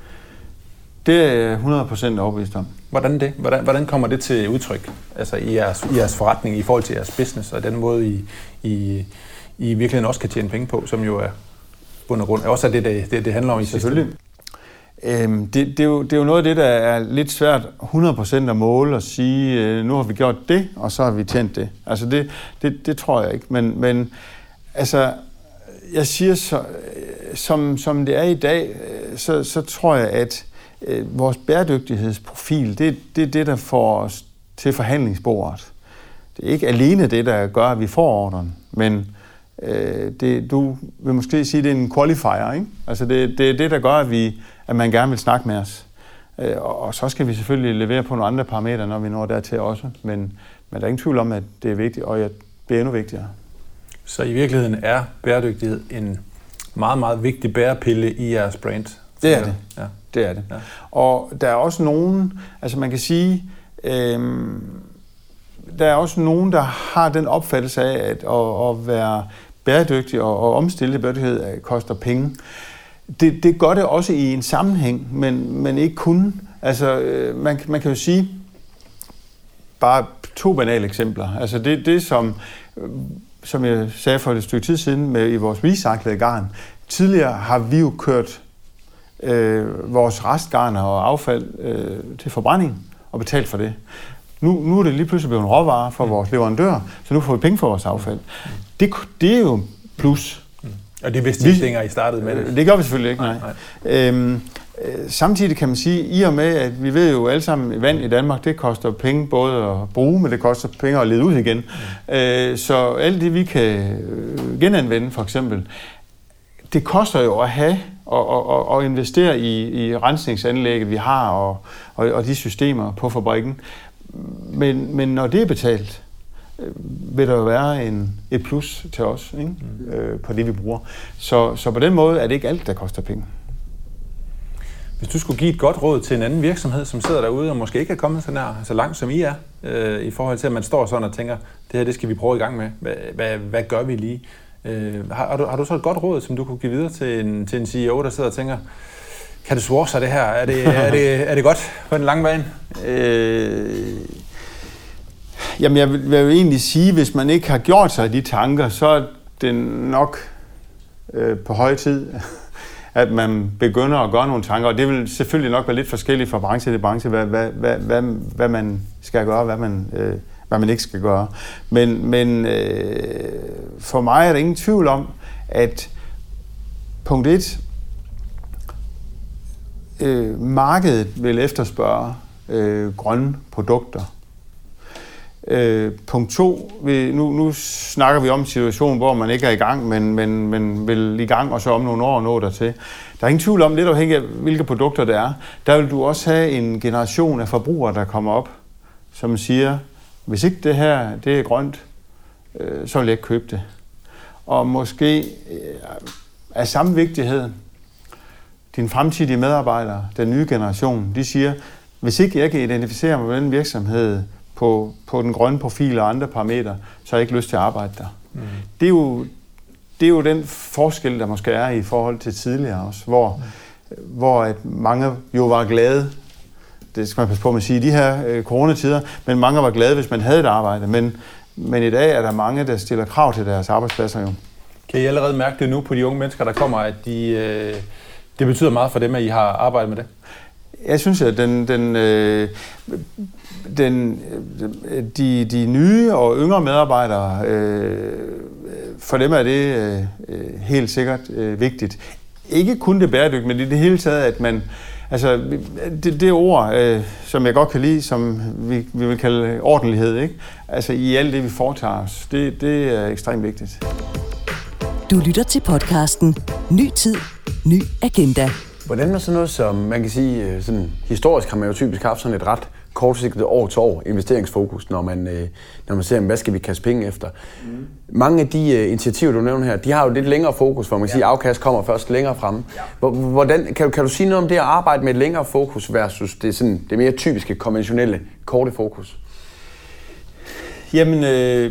Det er jeg hundrede procent overbevist om. Hvordan det? Hvordan, hvordan kommer det til udtryk altså i jeres, i jeres forretning i forhold til jeres business, og den måde, I, I, I virkeligheden også kan tjene penge på, som jo er bund og grund også er det, det, det, det handler om i sidste ende? Øhm, det, det, er jo, det er jo noget af det, der er lidt svært hundrede procent at måle og sige, øh, nu har vi gjort det, og så har vi tjent det. Altså det, det, det tror jeg ikke. Men, men altså, jeg siger, så, som, som det er i dag, så, så tror jeg, at øh, vores bæredygtighedsprofil, det, det er det, der får os til forhandlingsbordet. Det er ikke alene det, der gør, at vi får ordren, men øh, det, du vil måske sige, at det er en qualifier, ikke? Altså det, det er det, der gør, at, vi, at man gerne vil snakke med os. Øh, og, og så skal vi selvfølgelig levere på nogle andre parametre, når vi når dertil også. Men, men der er ingen tvivl om, at det er vigtigt, og det er endnu vigtigere. Så i virkeligheden er bæredygtighed en meget, meget vigtig bærepille i jeres brand? Det er det. Ja. Det er det. Ja. Og der er også nogen, altså man kan sige, øh, der er også nogen, der har den opfattelse af, at at, at være bæredygtig og, og omstille bæredygtighed koster penge. Det, det gør det også i en sammenhæng, men, men ikke kun. Altså, øh, man, man kan jo sige, bare to banale eksempler. Altså det, det som, som jeg sagde for et stykke tid siden med i vores recyclede garn. Tidligere har vi jo kørt øh, vores restgarner og affald øh, til forbrænding og betalt for det. Nu, nu er det lige pludselig blevet en råvare for vores leverandør, så nu får vi penge for vores affald. Det, det er jo plus. Og det vidste I ikke dengang I startede med det? Det gør vi selvfølgelig ikke, nej. nej, nej. Øhm, samtidig kan man sige, i og med, at vi ved jo alle sammen, at vand i Danmark, det koster penge både at bruge, men det koster penge at lede ud igen. Mm. Øh, så alt det, vi kan genanvende, for eksempel, det koster jo at have og, og, og investere i, i rensningsanlægget, vi har, og, og, og de systemer på fabrikken. Men, men når det er betalt, vil der jo være en, et plus til os, ikke? Mm. Øh, på det, vi bruger. Så, så på den måde er det ikke alt, der koster penge. Hvis du skulle give et godt råd til en anden virksomhed, som sidder derude og måske ikke er kommet så, nær, så langt som I er, øh, i forhold til, at man står sådan og tænker, det her det skal vi prøve i gang med. Hvad, hvad, hvad gør vi lige? Øh, har, har, du, har du så et godt råd, som du kunne give videre til en, til en C E O, der sidder og tænker, kan det svare sig det her? Er det, er det, er det godt på den lange bane? Øh, jamen jeg vil, jeg vil egentlig sige, hvis man ikke har gjort sig de tanker, så er det nok øh, på høje tid, at man begynder at gøre nogle tanker. Og det vil selvfølgelig nok være lidt forskelligt fra branche til branche, hvad, hvad, hvad, hvad, hvad man skal gøre, hvad man, øh, hvad man ikke skal gøre. Men, men øh, for mig er der ingen tvivl om, at punkt et, øh, markedet vil efterspørge øh, grønne produkter. Øh, punkt to, vi, nu, nu snakker vi om en situation, hvor man ikke er i gang, men, men, men vil i gang og så om nogle år nå dertil. Der er ingen tvivl om, lidt afhængig af hvilke produkter det er, der vil du også have en generation af forbrugere, der kommer op, som siger, hvis ikke det her det er grønt, øh, så vil jeg ikke købe det. Og måske øh, af samme vigtighed, dine fremtidige medarbejdere, den nye generation, de siger, hvis ikke jeg kan identificere mig med den virksomhed, På, på den grønne profil og andre parametre, så har jeg ikke lyst til at arbejde der. Mm. Det, er jo, det er jo den forskel, der måske er i forhold til tidligere også, hvor, mm. hvor at mange jo var glade, det skal man passe på med at sige, i de her øh, coronatider, men mange var glade, hvis man havde et arbejde. Men, men i dag er der mange, der stiller krav til deres arbejdspladser jo. Kan I allerede mærke det nu på de unge mennesker, der kommer, at de, øh, det betyder meget for dem, at I har arbejdet med det? Jeg synes, at den, den, øh, den, de, de nye og yngre medarbejdere, øh, for dem er det øh, helt sikkert øh, vigtigt. Ikke kun det bæredygtige, men i det hele taget, at man, altså det, det ord, øh, som jeg godt kan lide, som vi, vi vil kalde ordentlighed, ikke? Altså i alt det, vi foretager os, det, det er ekstremt vigtigt. Du lytter til podcasten Ny Tid, Ny Agenda. Hvordan er sådan noget, som man kan sige, sådan historisk har man jo typisk haft sådan et ret kortsigtet år til år investeringsfokus, når man, når man ser, hvad skal vi kaste penge efter. Mm. Mange af de initiativer, du nævner her, de har jo lidt længere fokus, hvor man kan sige, at afkast kommer først længere fremme. Hvordan, kan, kan du sige noget om det at arbejde med et længere fokus versus det, sådan, det mere typiske, konventionelle, korte fokus? Jamen, øh,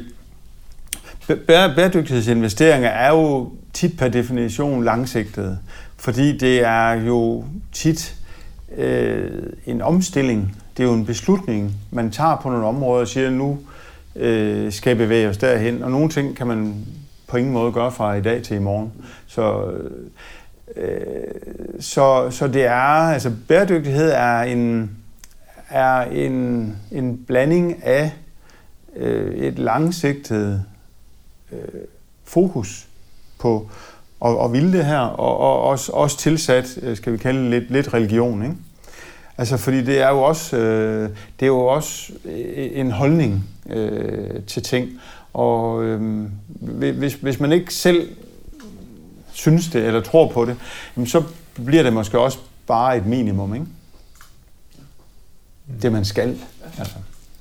bæredygtighedsinvesteringer er jo tit per definition langsigtede. Fordi det er jo tit øh, en omstilling, det er jo en beslutning, man tager på nogle områder og siger, nu øh, skal jeg bevæge os derhen. Og nogle ting kan man på ingen måde gøre fra i dag til i morgen. Så, øh, så, så det er, altså bæredygtighed er en, er en, en blanding af øh, et langsigtet øh, fokus på Og, og ville det her, og, og også, også tilsat, skal vi kalde det lidt, lidt religion, ikke? Altså, fordi det er jo også, øh, det er jo også en holdning øh, til ting, og øh, hvis, hvis man ikke selv synes det, eller tror på det, så bliver det måske også bare et minimum, ikke? Det man skal, altså.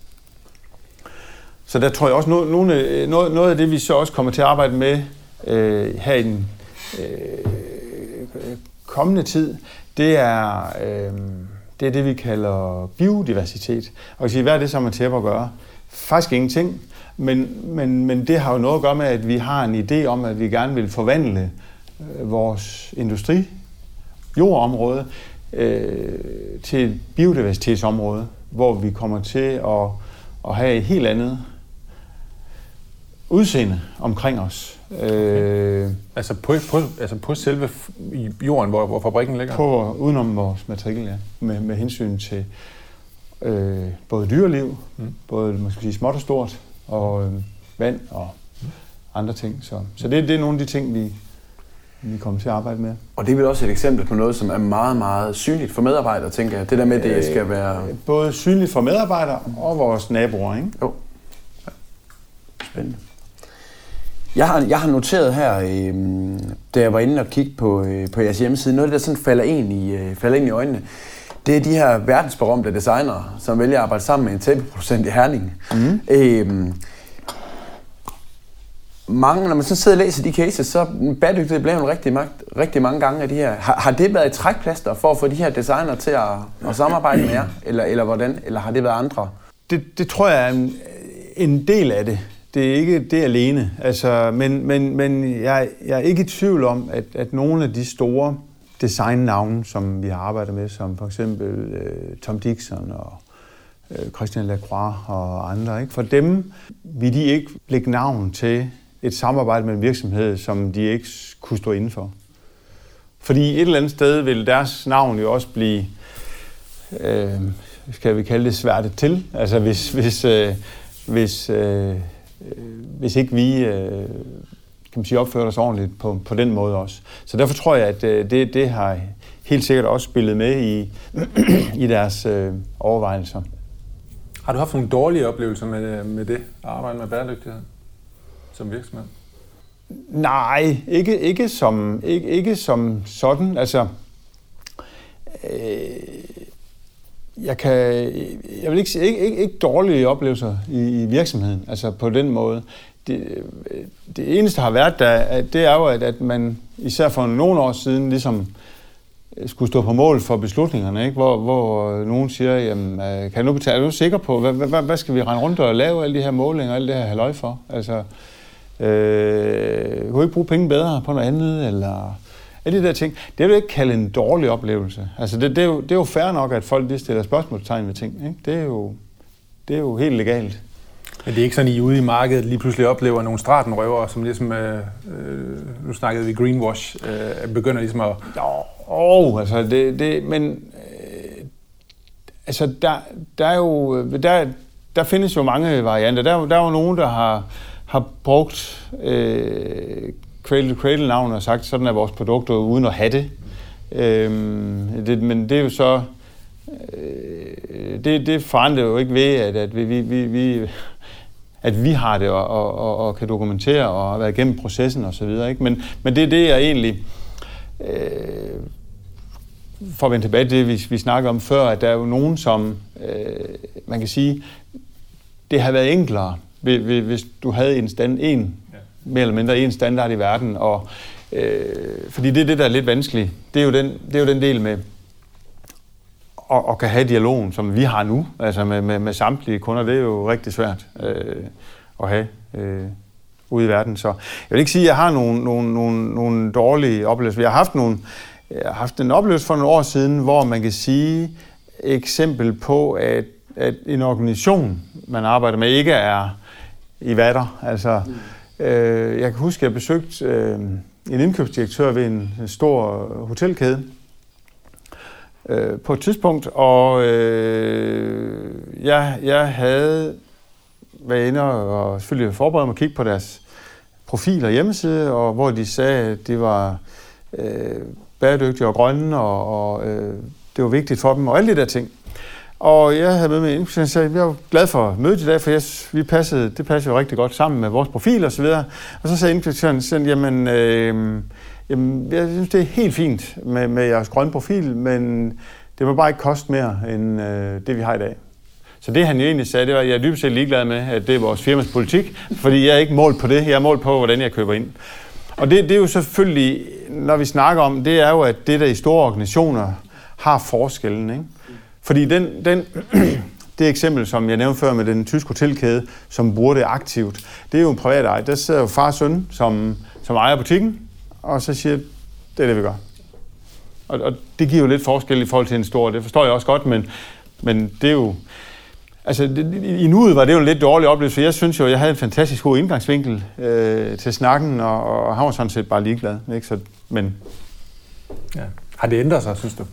Så der tror jeg også, noget, noget, noget af det, vi så også kommer til at arbejde med øh, her i den Øh, kommende tid, det er, øh, det er det, vi kalder biodiversitet. Og sige, hvad er det, som man tæpper at gøre? Faktisk ingenting, men, men, men det har jo noget at gøre med, at vi har en idé om, at vi gerne vil forvandle øh, vores industri, jordområde, øh, til et biodiversitetsområde, hvor vi kommer til at, at have et helt andet udseende omkring os. Okay. Øh, altså, på, på, altså på selve jorden, hvor, hvor fabrikken ligger? På udenom vores matrikel, ja. Med, med hensyn til øh, både dyreliv, mm. både man skal sige, småt og stort, og øh, vand og mm. andre ting. Så, så det, det er nogle af de ting, vi, vi kommer til at arbejde med. Og det er vel også et eksempel på noget, som er meget, meget synligt for medarbejdere, tænker jeg. Det der med, at det skal være... Både synligt for medarbejdere og vores naboer, ikke? Jo. Ja. Spændende. Jeg har, jeg har noteret her, øh, da jeg var inde og kigge på, øh, på jeres hjemmeside, noget af det, der sådan falder ind, i, øh, falder ind i øjnene, det er de her verdensberømte designere, som vælger at arbejde sammen med en tæppeproducent i Herning. Mm. Øh, mange, når man så sidder og læser de cases, så bæredygtighed bliver jo rigtig, rigtig mange gange af de her. Har, har det været et trækplaster for at få de her designer til at, at samarbejde med jer, eller, eller hvordan? Eller har det været andre? Det, det tror jeg er en, en del af det. Det er ikke det alene. Altså, men men, men jeg, jeg er ikke i tvivl om, at, at nogle af de store designnavne, som vi har arbejdet med, som for eksempel øh, Tom Dixon og øh, Christian Lacroix og andre, ikke? For dem vil de ikke lægge navn til et samarbejde med en virksomhed, som de ikke kunne stå inden for. Fordi et eller andet sted vil deres navn jo også blive, øh, skal vi kalde det, sværtet til. Altså hvis, hvis, øh, hvis, øh, hvis ikke vi øh, kan man sige, opfører os ordentligt på, på den måde også. Så derfor tror jeg, at øh, det, det har helt sikkert også spillet med i, i deres øh, overvejelser. Har du haft nogle dårlige oplevelser med, med det, at arbejde med bæredygtighed som virksomhed? Nej, ikke, ikke, som, ikke, ikke som sådan. Altså, øh, jeg kan, jeg vil ikke sige, ikke, ikke, ikke dårlige oplevelser i, i virksomheden, altså på den måde. Det, det eneste, der har været der, det er jo, at, at man især for nogle år siden ligesom skulle stå på mål for beslutningerne, ikke? Hvor, hvor nogen siger, jamen, kan du betale, er du sikker på, hvad, hvad, hvad skal vi rende rundt og lave alle de her målinger og alle det her halløj for? Altså, øh, kunne ikke bruge penge bedre på noget andet, eller alle de der ting. Det vil jeg ikke kalde en dårlig oplevelse. Altså, det, det, er, jo, det er jo fair nok, at folk de stiller spørgsmålstegn ved ting, ikke? Det er jo, det er jo helt legalt. Men det er ikke sådan, at I ude i markedet lige pludselig oplever nogle stratenrøvere, som ligesom, øh, øh, nu snakkede vi greenwash, øh, begynder ligesom at... Jo, altså det, det men øh, altså der, der er jo, der, der findes jo mange varianter. Der, der er jo nogen, der har, har brugt øh, cradle-to-cradle-navn og sagt, sådan er vores produkter, uden at have det. Øh, det men det er jo så... Øh, det, det forandrer jo ikke ved, at, at vi... vi, vi, vi at vi har det og, og, og kan dokumentere og har været igennem processen og så videre, ikke? Men, men det er det, jeg egentlig, øh, for at vende tilbage til det, vi, vi snakkede om før, at der er jo nogen, som, øh, man kan sige, det har været enklere, hvis du havde en, stand, en mere eller mindre en standard i verden, og, øh, fordi det er det, der er lidt vanskeligt. Det er jo den, det er jo den del med, Og, og kan have dialogen, som vi har nu, altså med, med, med samtlige kunder, det er jo rigtig svært øh, at have øh, ude i verden. Så jeg vil ikke sige, at jeg har nogle, nogle, nogle, nogle dårlige oplevelser. Jeg har haft, nogle, jeg har haft en oplevelse for nogle år siden, hvor man kan sige eksempel på, at, at en organisation, man arbejder med, ikke er i vatter. Altså, øh, jeg kan huske, at jeg besøgte øh, en indkøbsdirektør ved en stor hotelkæde, på et tidspunkt, og øh, jeg, jeg havde været inde og selvfølgelig forberedt mig at kigge på deres profil og hjemmeside, og hvor de sagde, at det var øh, bæredygtige og grønne, og, og øh, det var vigtigt for dem, og alle de der ting. Og jeg havde med mig en, og sagde, jeg var glad for mødet i dag, for jeg, vi passede, det passede jo rigtig godt sammen med vores profil og så videre. Og så sagde indkøbsdirektøren, jamen, øh, Jamen, jeg synes, det er helt fint med, med jeres grønne profil, men det må bare ikke koste mere end øh, det, vi har i dag. Så det, han jo egentlig sagde, det var, at jeg er dybest set ligeglad med, at det er vores firmas politik, fordi jeg er ikke målt på det. Jeg er målt på, hvordan jeg køber ind. Og det, det er jo selvfølgelig, når vi snakker om, det er jo, at det, der i store organisationer har forskellen, ikke? Fordi den, den, det eksempel, som jeg nævnte før med den tyske hotelkæde, som bruger det aktivt, det er jo en privat eje. Der sidder jo far og søn, som, som ejer butikken, og så siger, det er det, vi gør. Og, og det giver jo lidt forskel i forhold til en stor, det forstår jeg også godt, men, men det er jo... Altså, det, i nuet var det jo en lidt dårlig oplevelse, for jeg synes jo, jeg havde en fantastisk god indgangsvinkel øh, til snakken, og, og han var sådan set bare ligeglad, ikke? Så, men... Ja. Har det ændret sig, synes du?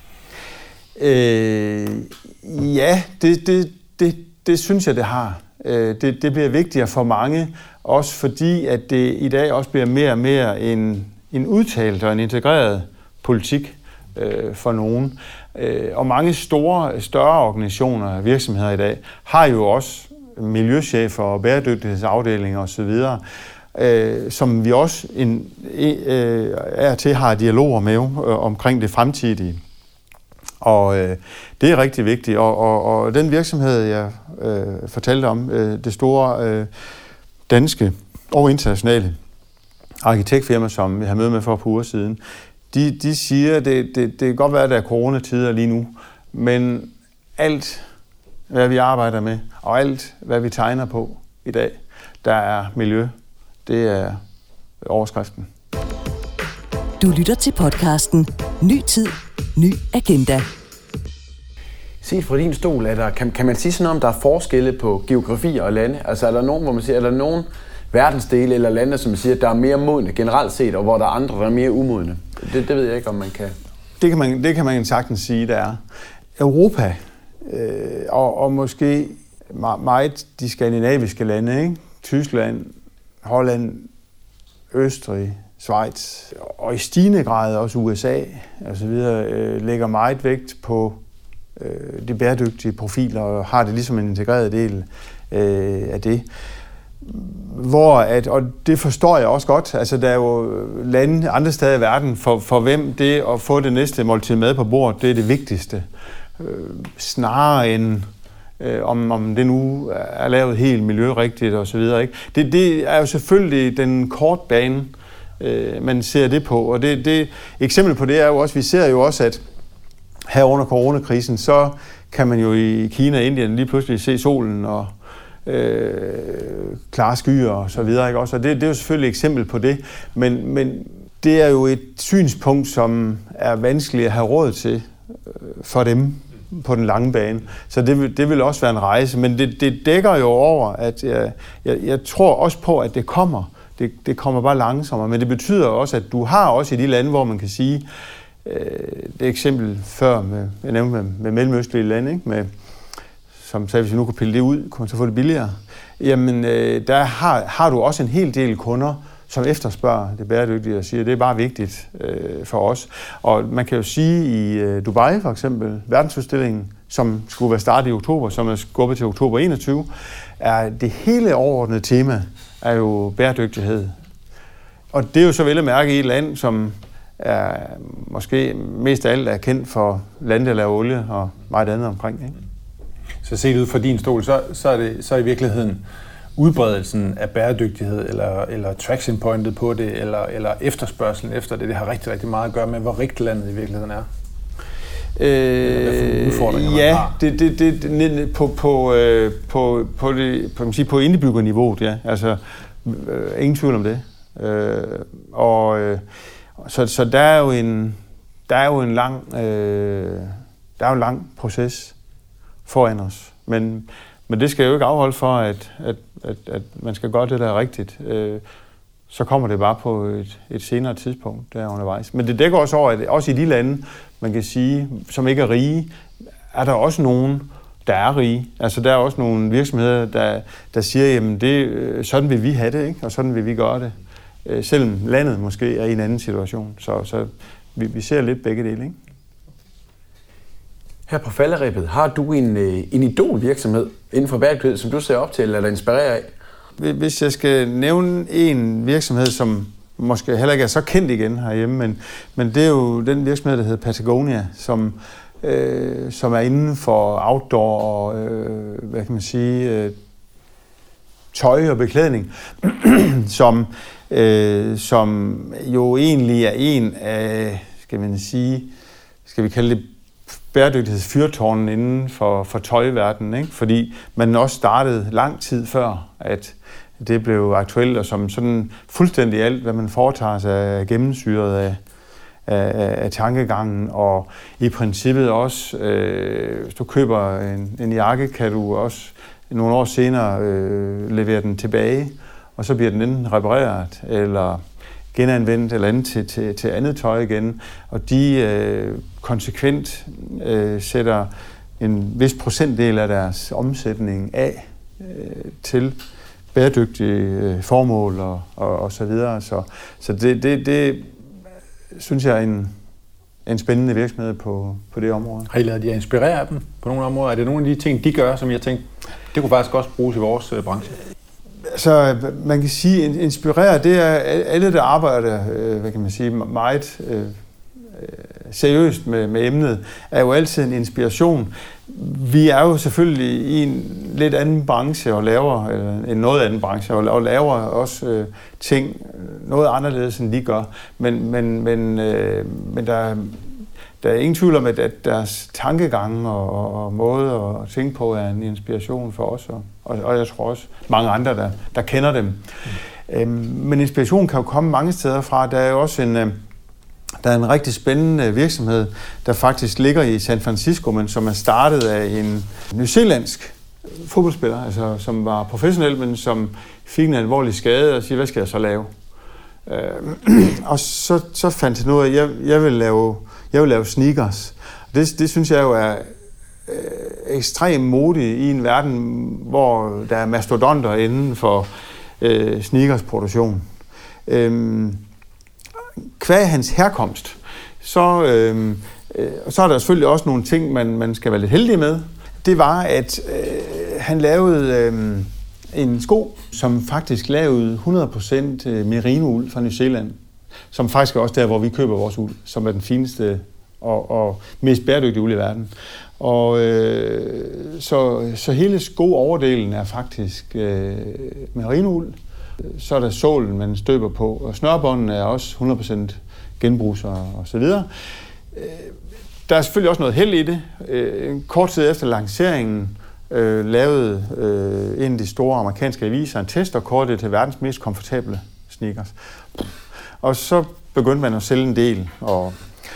Øh, ja, det, det, det, det synes jeg, det har. Øh, det, det bliver vigtigere for mange, også fordi, at det i dag også bliver mere og mere en, en udtalt og en integreret politik øh, for nogen. Øh, og mange store, større organisationer og virksomheder i dag har jo også miljøchefer og bæredygtighedsafdelinger osv., øh, som vi også en, øh, er til har dialoger med øh, omkring det fremtidige. Og øh, det er rigtig vigtigt. Og, og, og den virksomhed, jeg øh, fortalte om, øh, det store øh, danske og internationale arkitektfirmaer, som vi har mødt med for et par uger siden, de, de siger, at det, det, det kan godt være, at der er coronatider lige nu, men alt, hvad vi arbejder med, og alt, hvad vi tegner på i dag, der er miljø, det er overskriften. Du lytter til podcasten Ny Tid, Ny Agenda. Set fra din stol, er der, kan, kan man sige sådan noget, om der er forskelle på geografi og lande? Altså er der nogen, hvor man siger, er der nogen verdensdele eller lande, som man siger, der er mere modne generelt set, og hvor der er andre, der er mere umodne? Det, det ved jeg ikke, om man kan... Det kan man, det kan man sagtens sige, der er. Europa, øh, og, og måske meget de skandinaviske lande, ikke? Tyskland, Holland, Østrig, Schweiz, og i stigende grad også U S A og så videre, øh, lægger meget vægt på øh, de bæredygtige profiler og har det ligesom en integreret del øh, af det. Hvor at, og det forstår jeg også godt, altså der er jo lande andre steder i verden, for, for hvem det at få det næste måltid mad på bordet, det er det vigtigste. Øh, snarere end øh, om, om det nu er lavet helt miljørigtigt og så videre, ikke? Det, det er jo selvfølgelig den korte bane, øh, man ser det på, og det, det eksempel på det er jo også, vi ser jo også, at her under coronakrisen, så kan man jo i Kina og Indien lige pludselig se solen og øh, klare skyer og så videre, ikke også? Og det, det er jo selvfølgelig et eksempel på det, men, men det er jo et synspunkt, som er vanskeligt at have råd til øh, for dem på den lange bane. Så det, det vil også være en rejse, men det, det dækker jo over, at jeg, jeg, jeg tror også på, at det kommer. Det, det kommer bare langsommere, men det betyder også, at du har også i de lande, hvor man kan sige, øh, det eksempel før, med, jeg nævnte med, med mellemøstlige lande, ikke? Med, som sagde, hvis vi nu kunne pille det ud, kunne man så få det billigere. Jamen, øh, der har, har du også en hel del kunder, som efterspørger det bæredygtige og siger, at det er bare vigtigt øh, for os. Og man kan jo sige, i øh, Dubai for eksempel, verdensudstillingen, som skulle være startet i oktober, som er skubbet til oktober enogtyve, er det hele overordnede tema, er jo bæredygtighed. Og det er jo så vel at mærke i et land, som er måske mest af alt er kendt for lande, der laver olie og meget andet omkring, ikke? Så set ud fra din stol, så, så, er det, så er i virkeligheden udbredelsen af bæredygtighed, eller, eller traction pointet på det, eller, eller efterspørgselen efter det, det har rigtig, rigtig meget at gøre med, hvor rigt landet i virkeligheden er. Øh, ja, det, det, det, det, på, på, øh, på, på, det, på, sige, på indbyggerniveauet, ja. Altså, øh, ingen tvivl om det. Øh, og, øh, så, så der er jo en, der er jo en lang, øh, der er jo en lang proces foran os. Men, men det skal jo ikke afholde for, at, at, at, at man skal gøre det, der er rigtigt. Øh, så kommer det bare på et, et senere tidspunkt, der undervejs. Men det dækker også over, at også i de lande, man kan sige, som ikke er rige, er der også nogen, der er rige. Altså der er også nogle virksomheder, der, der siger, jamen det, sådan vil vi have det, ikke? Og sådan vil vi gøre det. Øh, selvom landet måske er i en anden situation. Så, så vi, vi ser lidt begge dele, ikke? Her på falderebet, har du en, en idolvirksomhed inden for bæredygtighed, som du ser op til eller er inspireret af? Hvis jeg skal nævne en virksomhed, som måske heller ikke er så kendt igen herhjemme, men, men det er jo den virksomhed, der hedder Patagonia, som, øh, som er inden for outdoor og, øh, hvad kan man sige, øh, tøj og beklædning, som, øh, som jo egentlig er en af, skal man sige, skal vi kalde det bæredygtighedsfyrtårnen inden for, for tøjverdenen, ikke? Fordi man også startede lang tid før, at det blev aktuelt, og som sådan fuldstændig alt, hvad man foretager sig, er gennemsyret af, af, af tankegangen, og i princippet også, øh, hvis du køber en, en jakke, kan du også nogle år senere øh, levere den tilbage, og så bliver den enten repareret, eller genanvendt eller andet til, til, til andet tøj igen, og de øh, konsekvent øh, sætter en vis procentdel af deres omsætning af øh, til bæredygtige øh, formål og, og, og så videre. Så, så det, det, det synes jeg er en, en spændende virksomhed på, på det område. Har I ladet jer inspirere af dem på nogle områder? Er det nogle af de ting, de gør, som jeg tænkte, det kunne faktisk også bruges i vores øh, branche? Så man kan sige, inspirere, det er alle, der arbejder, hvad kan man sige, meget øh, seriøst med, med emnet, er jo altid en inspiration. Vi er jo selvfølgelig i en lidt anden branche og laver øh, en noget anden branche og, og laver også øh, ting noget anderledes end de gør, men men men øh, men der der er ingen tvivl om at, at deres tankegang og, og, og måde at tænke på er en inspiration for os og, og, og jeg tror også mange andre der der kender dem. Mm. Øhm, men inspiration kan jo komme mange steder fra. Der er jo også en øh, Der er en rigtig spændende virksomhed, der faktisk ligger i San Francisco, men som er startet af en newzealandsk fodboldspiller, altså som var professionel, men som fik en alvorlig skade og siger, hvad skal jeg så lave? Øh, og så, så fandt jeg ud af, at jeg, jeg, vil lave, jeg vil lave sneakers. Det, det synes jeg jo er øh, ekstremt modigt i en verden, hvor der er mastodonter inden for øh, sneakersproduktion. Øh, Kvæg hans herkomst, så, øh, øh, så er der selvfølgelig også nogle ting, man, man skal være lidt heldig med. Det var, at øh, han lavede øh, en sko, som faktisk lavede hundrede procent merino-uld fra New Zealand, som faktisk er også der, hvor vi køber vores uld, som er den fineste og, og mest bæredygtige uld i verden. Og øh, så, så hele sko-overdelen er faktisk øh, merino-uld. Så er der sålen, man støber på, og snørbånden er også hundrede procent genbrugs og, og så videre. Der er selvfølgelig også noget held i det. En kort tid efter lanceringen øh, lavede øh, en af de store amerikanske aviser en test og kårede til verdens mest komfortable sneakers. Og så begyndte man at sælge en del. Og,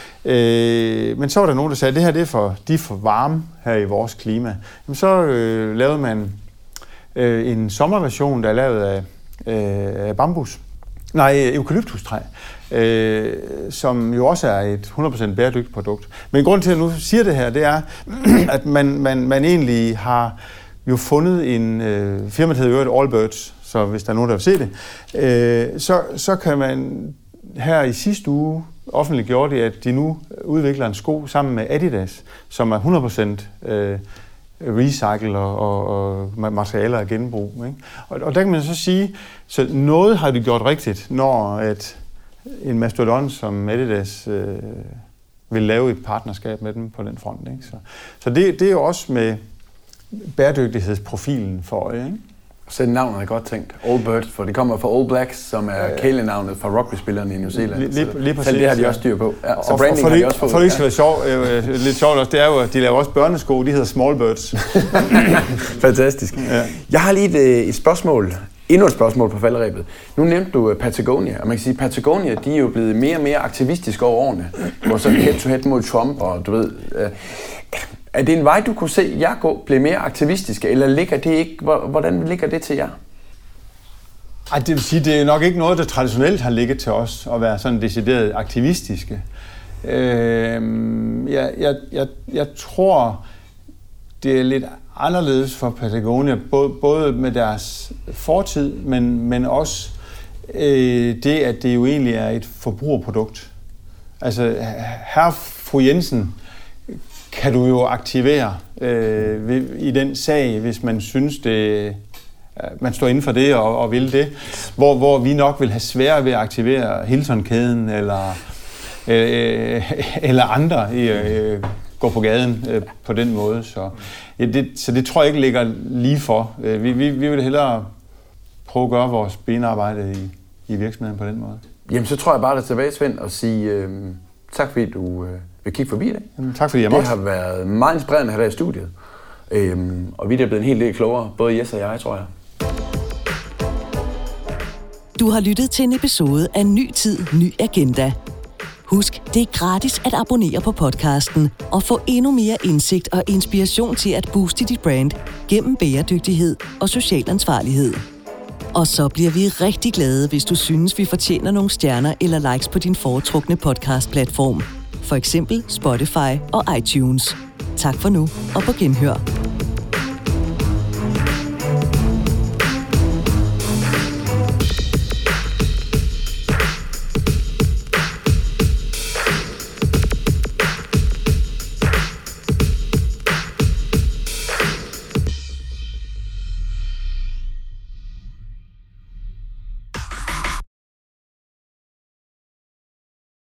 øh, men så var der nogen, der sagde, at det her det er for, de er for varme her i vores klima. Jamen, så øh, lavede man øh, en sommerversion, der er lavet af af bambus, nej, eukalyptustræ, øh, som jo også er et hundrede procent bæredygtigt produkt. Men grunden til, at jeg nu siger det her, det er, at man, man, man egentlig har jo fundet en øh, firma, der hedder Allbirds, så hvis der er nogen, der vil se det, øh, så, så kan man her i sidste uge offentliggjort det, at de nu udvikler en sko sammen med Adidas, som er hundrede procent øh, recycle og, og, og materialer af genbrug. Ikke? Og, og der kan man så sige, så noget har de gjort rigtigt, når at en mastodont som Adidas øh, vil lave et partnerskab med dem på den front. Ikke? Så, så det, det er jo også med bæredygtighedsprofilen for øje. Ikke? Så navnet er godt tænkt. Allbirds, for det kommer fra All Blacks, som er kælenavnet for rugbyspillerne i New Zealand. Lige, lige præcis. Så det har de også styr på. Ja, så og branding for, for har de også fået. For det ikke skal være sjov, øh, lidt sjovt også, det er jo, at de laver også børnesko, de hedder Smallbirds. Fantastisk. Ja. Jeg har lige et, et spørgsmål, endnu et spørgsmål på falderebet. Nu nævnte du Patagonia, og man kan sige, at Patagonia, de er jo blevet mere og mere aktivistiske over årene. Hvor så head-to-head mod Trump, og du ved... Øh, er det en vej, du kunne se, jer gå, blive mere aktivistiske, eller ligger det ikke, hvordan ligger det til jer? Ej, det vil sige, det er nok ikke noget, der traditionelt har ligget til os, at være sådan decideret aktivistiske. Øh, jeg, jeg, jeg, jeg tror, det er lidt anderledes for Patagonia, både, både med deres fortid, men, men også øh, det, at det jo egentlig er et forbrugerprodukt. Altså, herre fru Jensen kan du jo aktivere øh, ved, i den sag, hvis man synes, det, man står inden for det og, og vil det. Hvor, hvor vi nok vil have svært ved at aktivere Hilton-kæden eller, øh, eller andre i øh, gå på gaden øh, på den måde. Så, ja, det, så det tror jeg ikke ligger lige for. Øh, vi, vi, vi vil hellere prøve at gøre vores benarbejde i, i virksomheden på den måde. Jamen, så tror jeg bare, at tilbage, Svend, og sige øh, tak, fordi du... Øh vil kigge forbi det. Jamen, tak fordi jeg måtte. Det har været meget inspirerende at have dig i studiet. Øhm, og vi er blevet en hel del klogere, både Jes og jeg, tror jeg. Du har lyttet til en episode af Ny Tid, Ny Agenda. Husk, det er gratis at abonnere på podcasten og få endnu mere indsigt og inspiration til at booste dit brand gennem bæredygtighed og social ansvarlighed. Og så bliver vi rigtig glade, hvis du synes, vi fortjener nogle stjerner eller likes på din foretrukne podcastplatform. For eksempel Spotify og iTunes. Tak for nu, og på genhør.